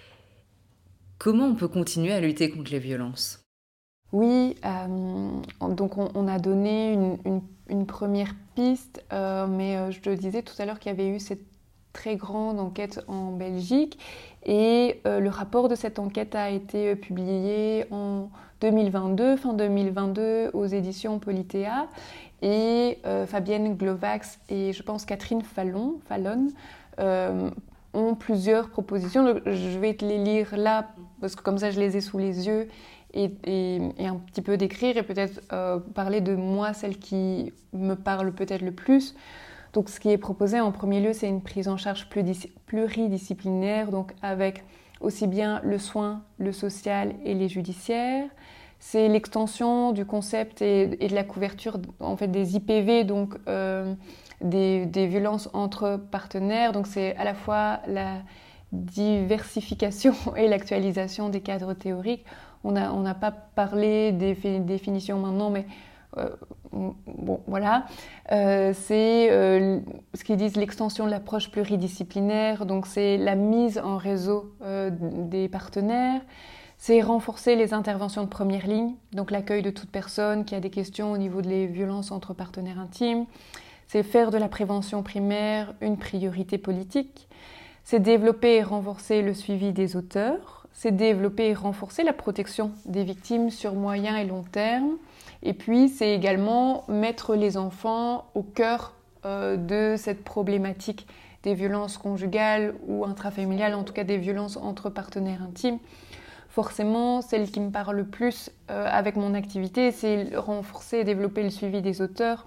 Comment on peut continuer à lutter contre les violences ? Oui, euh, donc on, on a donné une, une, une première piste, euh, mais euh, je te disais tout à l'heure qu'il y avait eu cette très grande enquête en Belgique et euh, le rapport de cette enquête a été publié en deux mille vingt-deux, fin deux mille vingt-deux aux éditions Politéa et euh, Fabienne Glovax et je pense Catherine Fallon, Fallon euh, ont plusieurs propositions. Donc, je vais te les lire là parce que comme ça je les ai sous les yeux. Et, et, et un petit peu décrire et peut-être euh, parler de moi, celle qui me parle peut-être le plus. Donc ce qui est proposé en premier lieu, c'est une prise en charge pluridisciplinaire, donc avec aussi bien le soin, le social et les judiciaires. C'est l'extension du concept et, et de la couverture en fait, des I P V, donc euh, des, des violences entre partenaires. Donc c'est à la fois la diversification et l'actualisation des cadres théoriques. On n'a on n'a pas parlé des définitions maintenant, mais euh, bon, voilà. Euh, c'est euh, ce qu'ils disent l'extension de l'approche pluridisciplinaire, donc c'est la mise en réseau euh, des partenaires. C'est renforcer les interventions de première ligne, donc l'accueil de toute personne qui a des questions au niveau des violences entre partenaires intimes. C'est faire de la prévention primaire une priorité politique. C'est développer et renforcer le suivi des auteurs. C'est développer et renforcer la protection des victimes sur moyen et long terme. Et puis, c'est également mettre les enfants au cœur euh, de cette problématique des violences conjugales ou intrafamiliales, en tout cas des violences entre partenaires intimes. Forcément, celle qui me parle le plus euh, avec mon activité, c'est renforcer et développer le suivi des auteurs.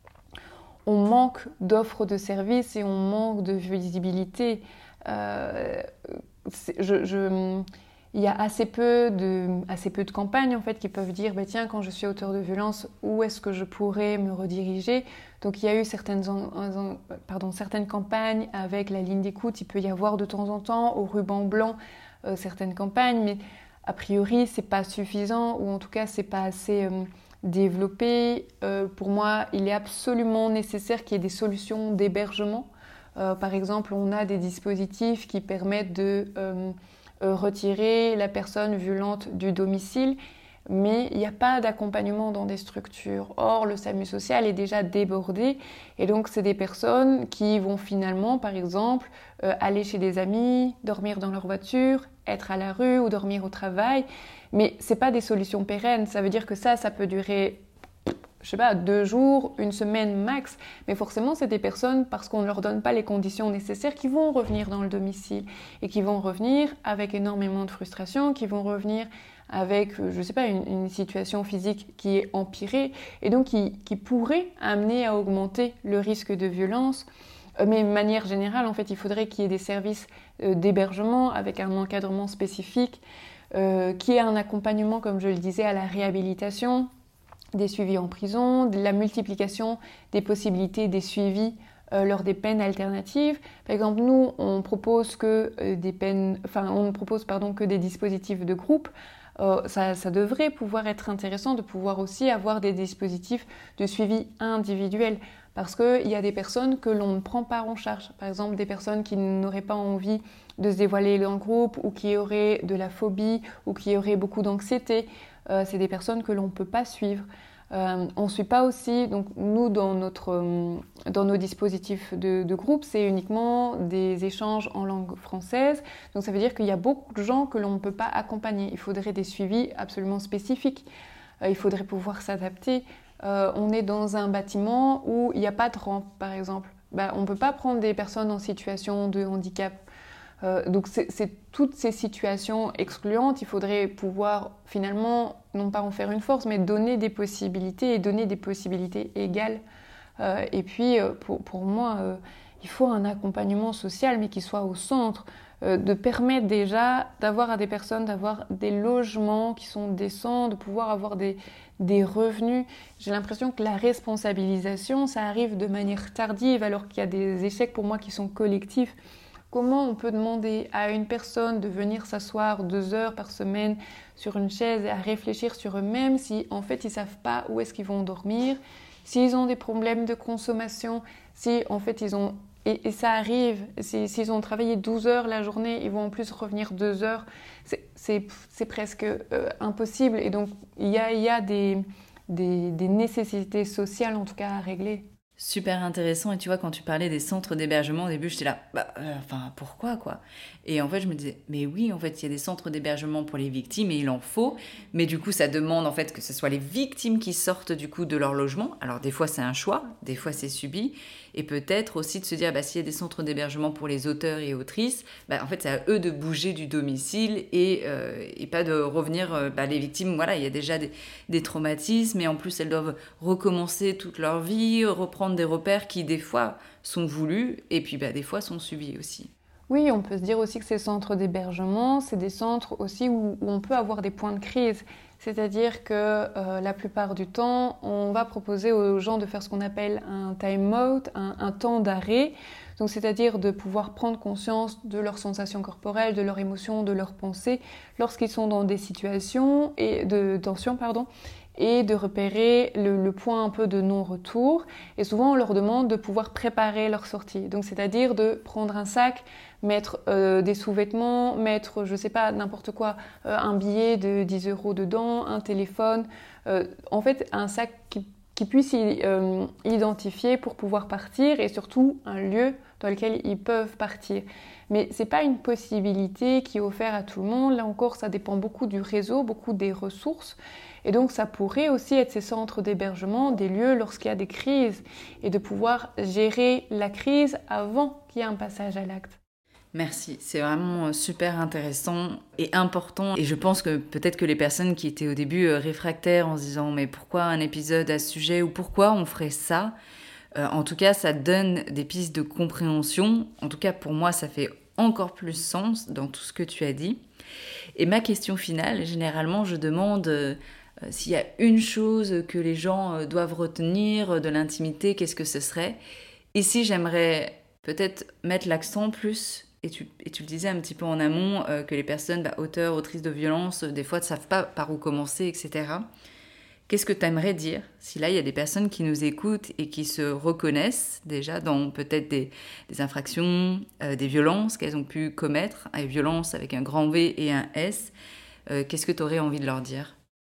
On manque d'offres de services et on manque de visibilité. Euh, je, je, il y a assez peu de, assez peu de campagnes en fait, qui peuvent dire bah, tiens, quand je suis auteur de violence, où est-ce que je pourrais me rediriger ? Donc il y a eu certaines, pardon, certaines campagnes avec la ligne d'écoute, il peut y avoir de temps en temps au ruban blanc euh, certaines campagnes, mais a priori c'est pas suffisant ou en tout cas c'est pas assez euh, développé. Euh, pour moi, il est absolument nécessaire qu'il y ait des solutions d'hébergement. Euh, par exemple, on a des dispositifs qui permettent de euh, euh, retirer la personne violente du domicile, mais il n'y a pas d'accompagnement dans des structures. Or, le SAMU social est déjà débordé, et donc c'est des personnes qui vont finalement, par exemple, euh, aller chez des amis, dormir dans leur voiture, être à la rue ou dormir au travail, mais ce n'est pas des solutions pérennes. Ça veut dire que ça, ça peut durer je sais pas, deux jours, une semaine max, mais forcément c'est des personnes, parce qu'on ne leur donne pas les conditions nécessaires, qui vont revenir dans le domicile et qui vont revenir avec énormément de frustration, qui vont revenir avec, je sais pas, une, une situation physique qui est empirée et donc qui, qui pourrait amener à augmenter le risque de violence. Mais de manière générale, en fait, il faudrait qu'il y ait des services d'hébergement avec un encadrement spécifique, euh, qu'il y ait un accompagnement, comme je le disais, à la réhabilitation, des suivis en prison, de la multiplication des possibilités des suivis euh, lors des peines alternatives. Par exemple, nous, on propose que euh, des peines, enfin, on propose pardon que des dispositifs de groupe. Euh, ça, ça devrait pouvoir être intéressant de pouvoir aussi avoir des dispositifs de suivi individuel, parce qu'il y a des personnes que l'on ne prend pas en charge. Par exemple, des personnes qui n'auraient pas envie de se dévoiler dans le groupe, ou qui auraient de la phobie, ou qui auraient beaucoup d'anxiété. Euh, c'est des personnes que l'on ne peut pas suivre. Euh, on ne suit pas aussi, donc nous dans, notre, euh, dans nos dispositifs de, de groupe, c'est uniquement des échanges en langue française. Donc ça veut dire qu'il y a beaucoup de gens que l'on ne peut pas accompagner. Il faudrait des suivis absolument spécifiques. Euh, il faudrait pouvoir s'adapter. Euh, on est dans un bâtiment où il n'y a pas de rampe, par exemple. Ben, on ne peut pas prendre des personnes en situation de handicap. Euh, donc c'est, c'est toutes ces situations excluantes, il faudrait pouvoir finalement, non pas en faire une force, mais donner des possibilités et donner des possibilités égales. Euh, et puis euh, pour, pour moi, euh, il faut un accompagnement social, mais qui soit au centre, euh, de permettre déjà d'avoir à des personnes, d'avoir des logements qui sont décents, de pouvoir avoir des, des revenus. J'ai l'impression que la responsabilisation, ça arrive de manière tardive, alors qu'il y a des échecs pour moi qui sont collectifs. Comment on peut demander à une personne de venir s'asseoir deux heures par semaine sur une chaise et à réfléchir sur eux-mêmes si en fait ils ne savent pas où est-ce qu'ils vont dormir, s'ils ont des problèmes de consommation, si en fait ils ont... Et, et ça arrive, si, s'ils ont travaillé douze heures la journée, ils vont en plus revenir deux heures. C'est, c'est, c'est presque euh, impossible. Et donc il y a, il y a des, des, des nécessités sociales en tout cas à régler. Super intéressant, et tu vois, quand tu parlais des centres d'hébergement, au début, j'étais là, bah, euh, enfin, pourquoi, quoi ? Et en fait, je me disais, mais oui, en fait, il y a des centres d'hébergement pour les victimes, et il en faut, mais du coup, ça demande, en fait, que ce soit les victimes qui sortent, du coup, de leur logement. Alors, des fois, c'est un choix, des fois, c'est subi, et peut-être aussi de se dire, bah, s'il y a des centres d'hébergement pour les auteurs et autrices, bah, en fait, c'est à eux de bouger du domicile, et, euh, et pas de revenir, euh, bah, les victimes, voilà, il y a déjà des, des traumatismes, et en plus, elles doivent recommencer toute leur vie, reprendre des repères qui, des fois, sont voulus, et puis, bah, des fois, sont subis aussi. Oui, on peut se dire aussi que ces centres d'hébergement, c'est des centres aussi où, où on peut avoir des points de crise. C'est-à-dire que euh, la plupart du temps, on va proposer aux gens de faire ce qu'on appelle un time out, un, un temps d'arrêt. Donc, c'est-à-dire de pouvoir prendre conscience de leurs sensations corporelles, de leurs émotions, de leurs pensées, lorsqu'ils sont dans des situations et de tension, pardon, et de repérer le, le point un peu de non-retour. Et souvent, on leur demande de pouvoir préparer leur sortie. Donc, c'est-à-dire de prendre un sac, mettre euh, des sous-vêtements, mettre, je sais pas, n'importe quoi, euh, un billet de dix euros dedans, un téléphone, euh, en fait, un sac qui, qui puisse y, euh, identifier pour pouvoir partir et surtout un lieu dans lequel ils peuvent partir. Mais c'est pas une possibilité qui est offerte à tout le monde. Là encore, ça dépend beaucoup du réseau, beaucoup des ressources. Et donc, ça pourrait aussi être ces centres d'hébergement, des lieux lorsqu'il y a des crises et de pouvoir gérer la crise avant qu'il y ait un passage à l'acte. Merci, c'est vraiment super intéressant et important. Et je pense que peut-être que les personnes qui étaient au début réfractaires en se disant « mais pourquoi un épisode à ce sujet » ou « pourquoi on ferait ça ?» euh, en tout cas, ça donne des pistes de compréhension. En tout cas, pour moi, ça fait encore plus sens dans tout ce que tu as dit. Et ma question finale, généralement, je demande euh, s'il y a une chose que les gens euh, doivent retenir de l'intimité, qu'est-ce que ce serait ? Ici, j'aimerais peut-être mettre l'accent plus, et tu, et tu le disais un petit peu en amont, euh, que les personnes, bah, auteurs, autrices de violence, des fois ne savent pas par où commencer, et cetera. Qu'est-ce que tu aimerais dire si là, il y a des personnes qui nous écoutent et qui se reconnaissent déjà dans peut-être des, des infractions, euh, des violences qu'elles ont pu commettre, avec violence avec un grand V et un S, euh, qu'est-ce que tu aurais envie de leur dire ?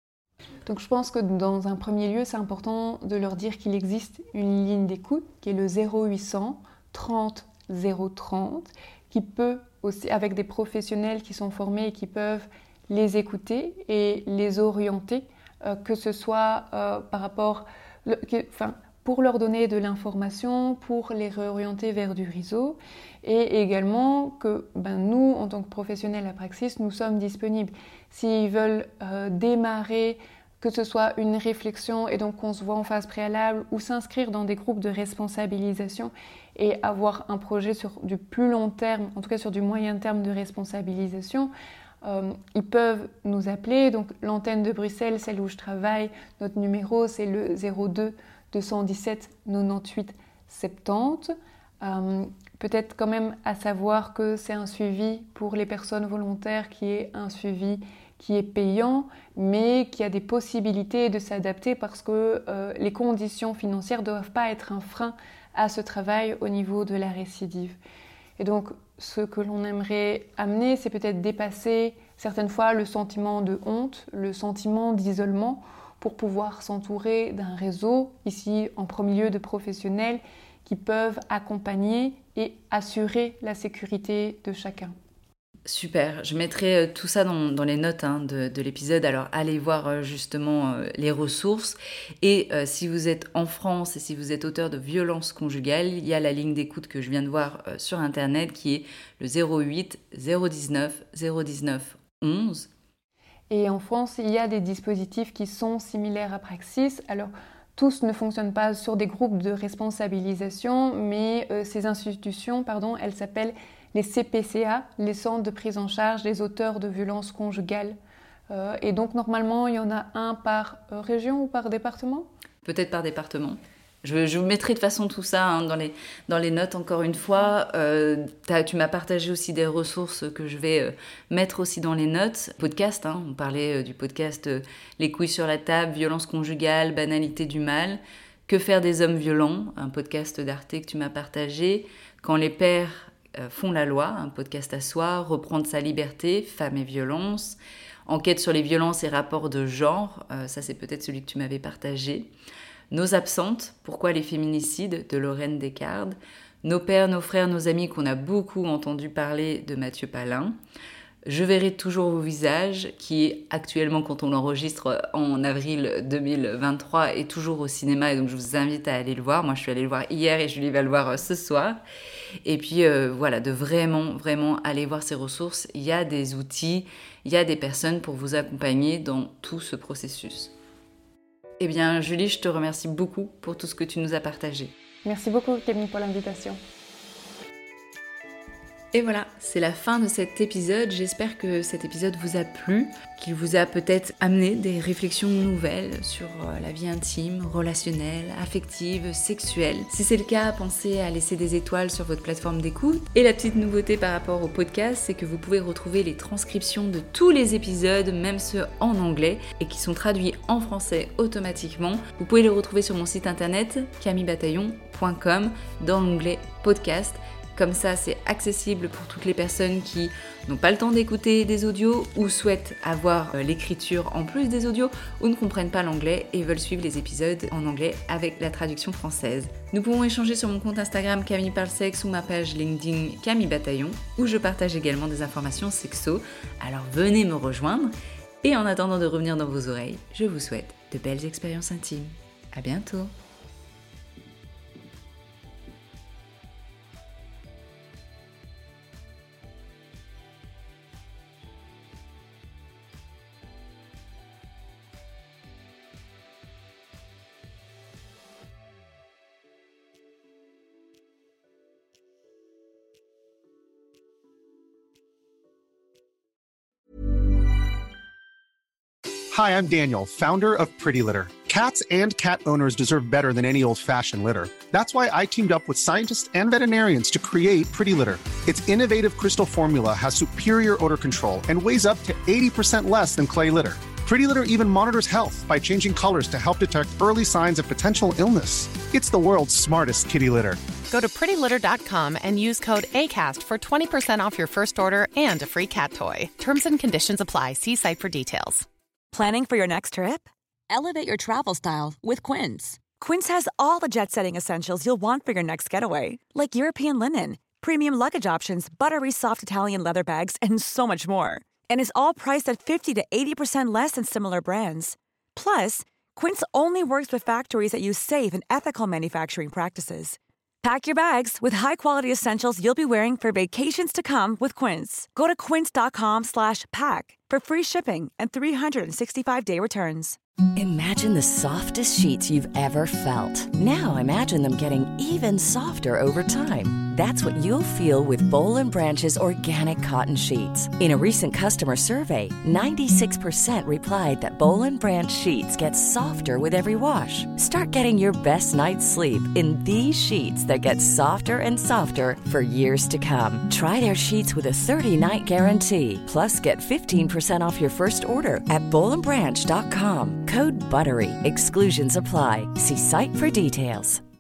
Donc je pense que dans un premier lieu, c'est important de leur dire qu'il existe une ligne d'écoute qui est le zéro huit cents trente zéro trente, qui peut aussi, avec des professionnels qui sont formés et qui peuvent les écouter et les orienter, euh, que ce soit euh, par rapport, le, que, enfin, pour leur donner de l'information, pour les réorienter vers du réseau, et également que ben, nous, en tant que professionnels à Praxis, nous sommes disponibles. S'ils veulent euh, démarrer, que ce soit une réflexion et donc qu'on se voit en phase préalable ou s'inscrire dans des groupes de responsabilisation et avoir un projet sur du plus long terme, en tout cas sur du moyen terme de responsabilisation, euh, ils peuvent nous appeler. Donc l'antenne de Bruxelles, celle où je travaille, notre numéro c'est le zéro deux deux cent dix-sept quatre-vingt-huit soixante-dix. Euh, peut-être quand même à savoir que c'est un suivi pour les personnes volontaires qui est un suivi qui est payant, mais qui a des possibilités de s'adapter parce que euh, les conditions financières ne doivent pas être un frein à ce travail au niveau de la récidive. Et donc, ce que l'on aimerait amener, c'est peut-être dépasser certaines fois le sentiment de honte, le sentiment d'isolement, pour pouvoir s'entourer d'un réseau, ici en premier lieu de professionnels, qui peuvent accompagner et assurer la sécurité de chacun. Super, je mettrai tout ça dans, dans les notes hein, de, de l'épisode, alors allez voir justement euh, les ressources. Et euh, si vous êtes en France et si vous êtes auteur de violences conjugales, il y a la ligne d'écoute que je viens de voir euh, sur internet qui est le zéro huit zéro dix-neuf zéro dix-neuf onze. Et en France, il y a des dispositifs qui sont similaires à Praxis. Alors, tous ne fonctionnent pas sur des groupes de responsabilisation, mais euh, ces institutions, pardon, elles s'appellent les C P C A, les centres de prise en charge des auteurs de violences conjugales. Euh, et donc, normalement, il y en a un par euh, région ou par département ? Peut-être par département. Je, je vous mettrai de toute façon tout ça hein, dans, les, dans les notes, encore une fois. Euh, tu m'as partagé aussi des ressources que je vais euh, mettre aussi dans les notes. Podcast, hein, on parlait euh, du podcast euh, Les couilles sur la table, violence conjugale, banalité du mal. Que faire des hommes violents, un podcast d'Arte que tu m'as partagé. Quand les pères euh, font la loi, un podcast à soi. Reprendre sa liberté, femmes et violence. Enquête sur les violences et rapports de genre, euh, ça c'est peut-être celui que tu m'avais partagé. Nos absentes, pourquoi les féminicides, de Lorraine Descartes. Nos pères, nos frères, nos amis, qu'on a beaucoup entendu parler, de Mathieu Palin. Je verrai toujours vos visages, qui est actuellement, quand on l'enregistre en avril deux mille vingt-trois, est toujours au cinéma, et donc je vous invite à aller le voir. Moi, je suis allée le voir hier et Julie va le voir ce soir. Et puis, euh, voilà, de vraiment, vraiment aller voir ces ressources. Il y a des outils, il y a des personnes pour vous accompagner dans tout ce processus. Eh bien, Julie, je te remercie beaucoup pour tout ce que tu nous as partagé. Merci beaucoup, Camille, pour l'invitation. Et voilà, c'est la fin de cet épisode. J'espère que cet épisode vous a plu, qu'il vous a peut-être amené des réflexions nouvelles sur la vie intime, relationnelle, affective, sexuelle. Si c'est le cas, pensez à laisser des étoiles sur votre plateforme d'écoute. Et la petite nouveauté par rapport au podcast, c'est que vous pouvez retrouver les transcriptions de tous les épisodes, même ceux en anglais, et qui sont traduits en français automatiquement. Vous pouvez les retrouver sur mon site internet camille bataillon point com dans l'onglet podcast. Comme ça, c'est accessible pour toutes les personnes qui n'ont pas le temps d'écouter des audios ou souhaitent avoir l'écriture en plus des audios ou ne comprennent pas l'anglais et veulent suivre les épisodes en anglais avec la traduction française. Nous pouvons échanger sur mon compte Instagram Camille Parle Sexe ou ma page LinkedIn Camille Bataillon où je partage également des informations sexo. Alors venez me rejoindre et en attendant de revenir dans vos oreilles, je vous souhaite de belles expériences intimes. À bientôt! Hi, I'm Daniel, founder of Pretty Litter. Cats and cat owners deserve better than any old-fashioned litter. That's why I teamed up with scientists and veterinarians to create Pretty Litter. Its innovative crystal formula has superior odor control and weighs up to eighty percent less than clay litter. Pretty Litter even monitors health by changing colors to help detect early signs of potential illness. It's the world's smartest kitty litter. Go to pretty litter dot com and use code ACAST for twenty percent off your first order and a free cat toy. Terms and conditions apply. See site for details. Planning for your next trip? Elevate your travel style with Quince. Quince has all the jet-setting essentials you'll want for your next getaway, like European linen, premium luggage options, buttery soft Italian leather bags, and so much more. And is all priced at fifty to eighty percent less than similar brands. Plus, Quince only works with factories that use safe and ethical manufacturing practices. Pack your bags with high-quality essentials you'll be wearing for vacations to come with Quince. Go to quince dot com slash pack for free shipping and three sixty-five day returns. Imagine the softest sheets you've ever felt. Now imagine them getting even softer over time. That's what you'll feel with Boll and Branch's organic cotton sheets. In a recent customer survey, ninety-six percent replied that Boll and Branch sheets get softer with every wash. Start getting your best night's sleep in these sheets that get softer and softer for years to come. Try their sheets with a thirty-night guarantee. Plus, get fifteen percent off your first order at boll and branch dot com. Code BUTTERY. Exclusions apply. See site for details.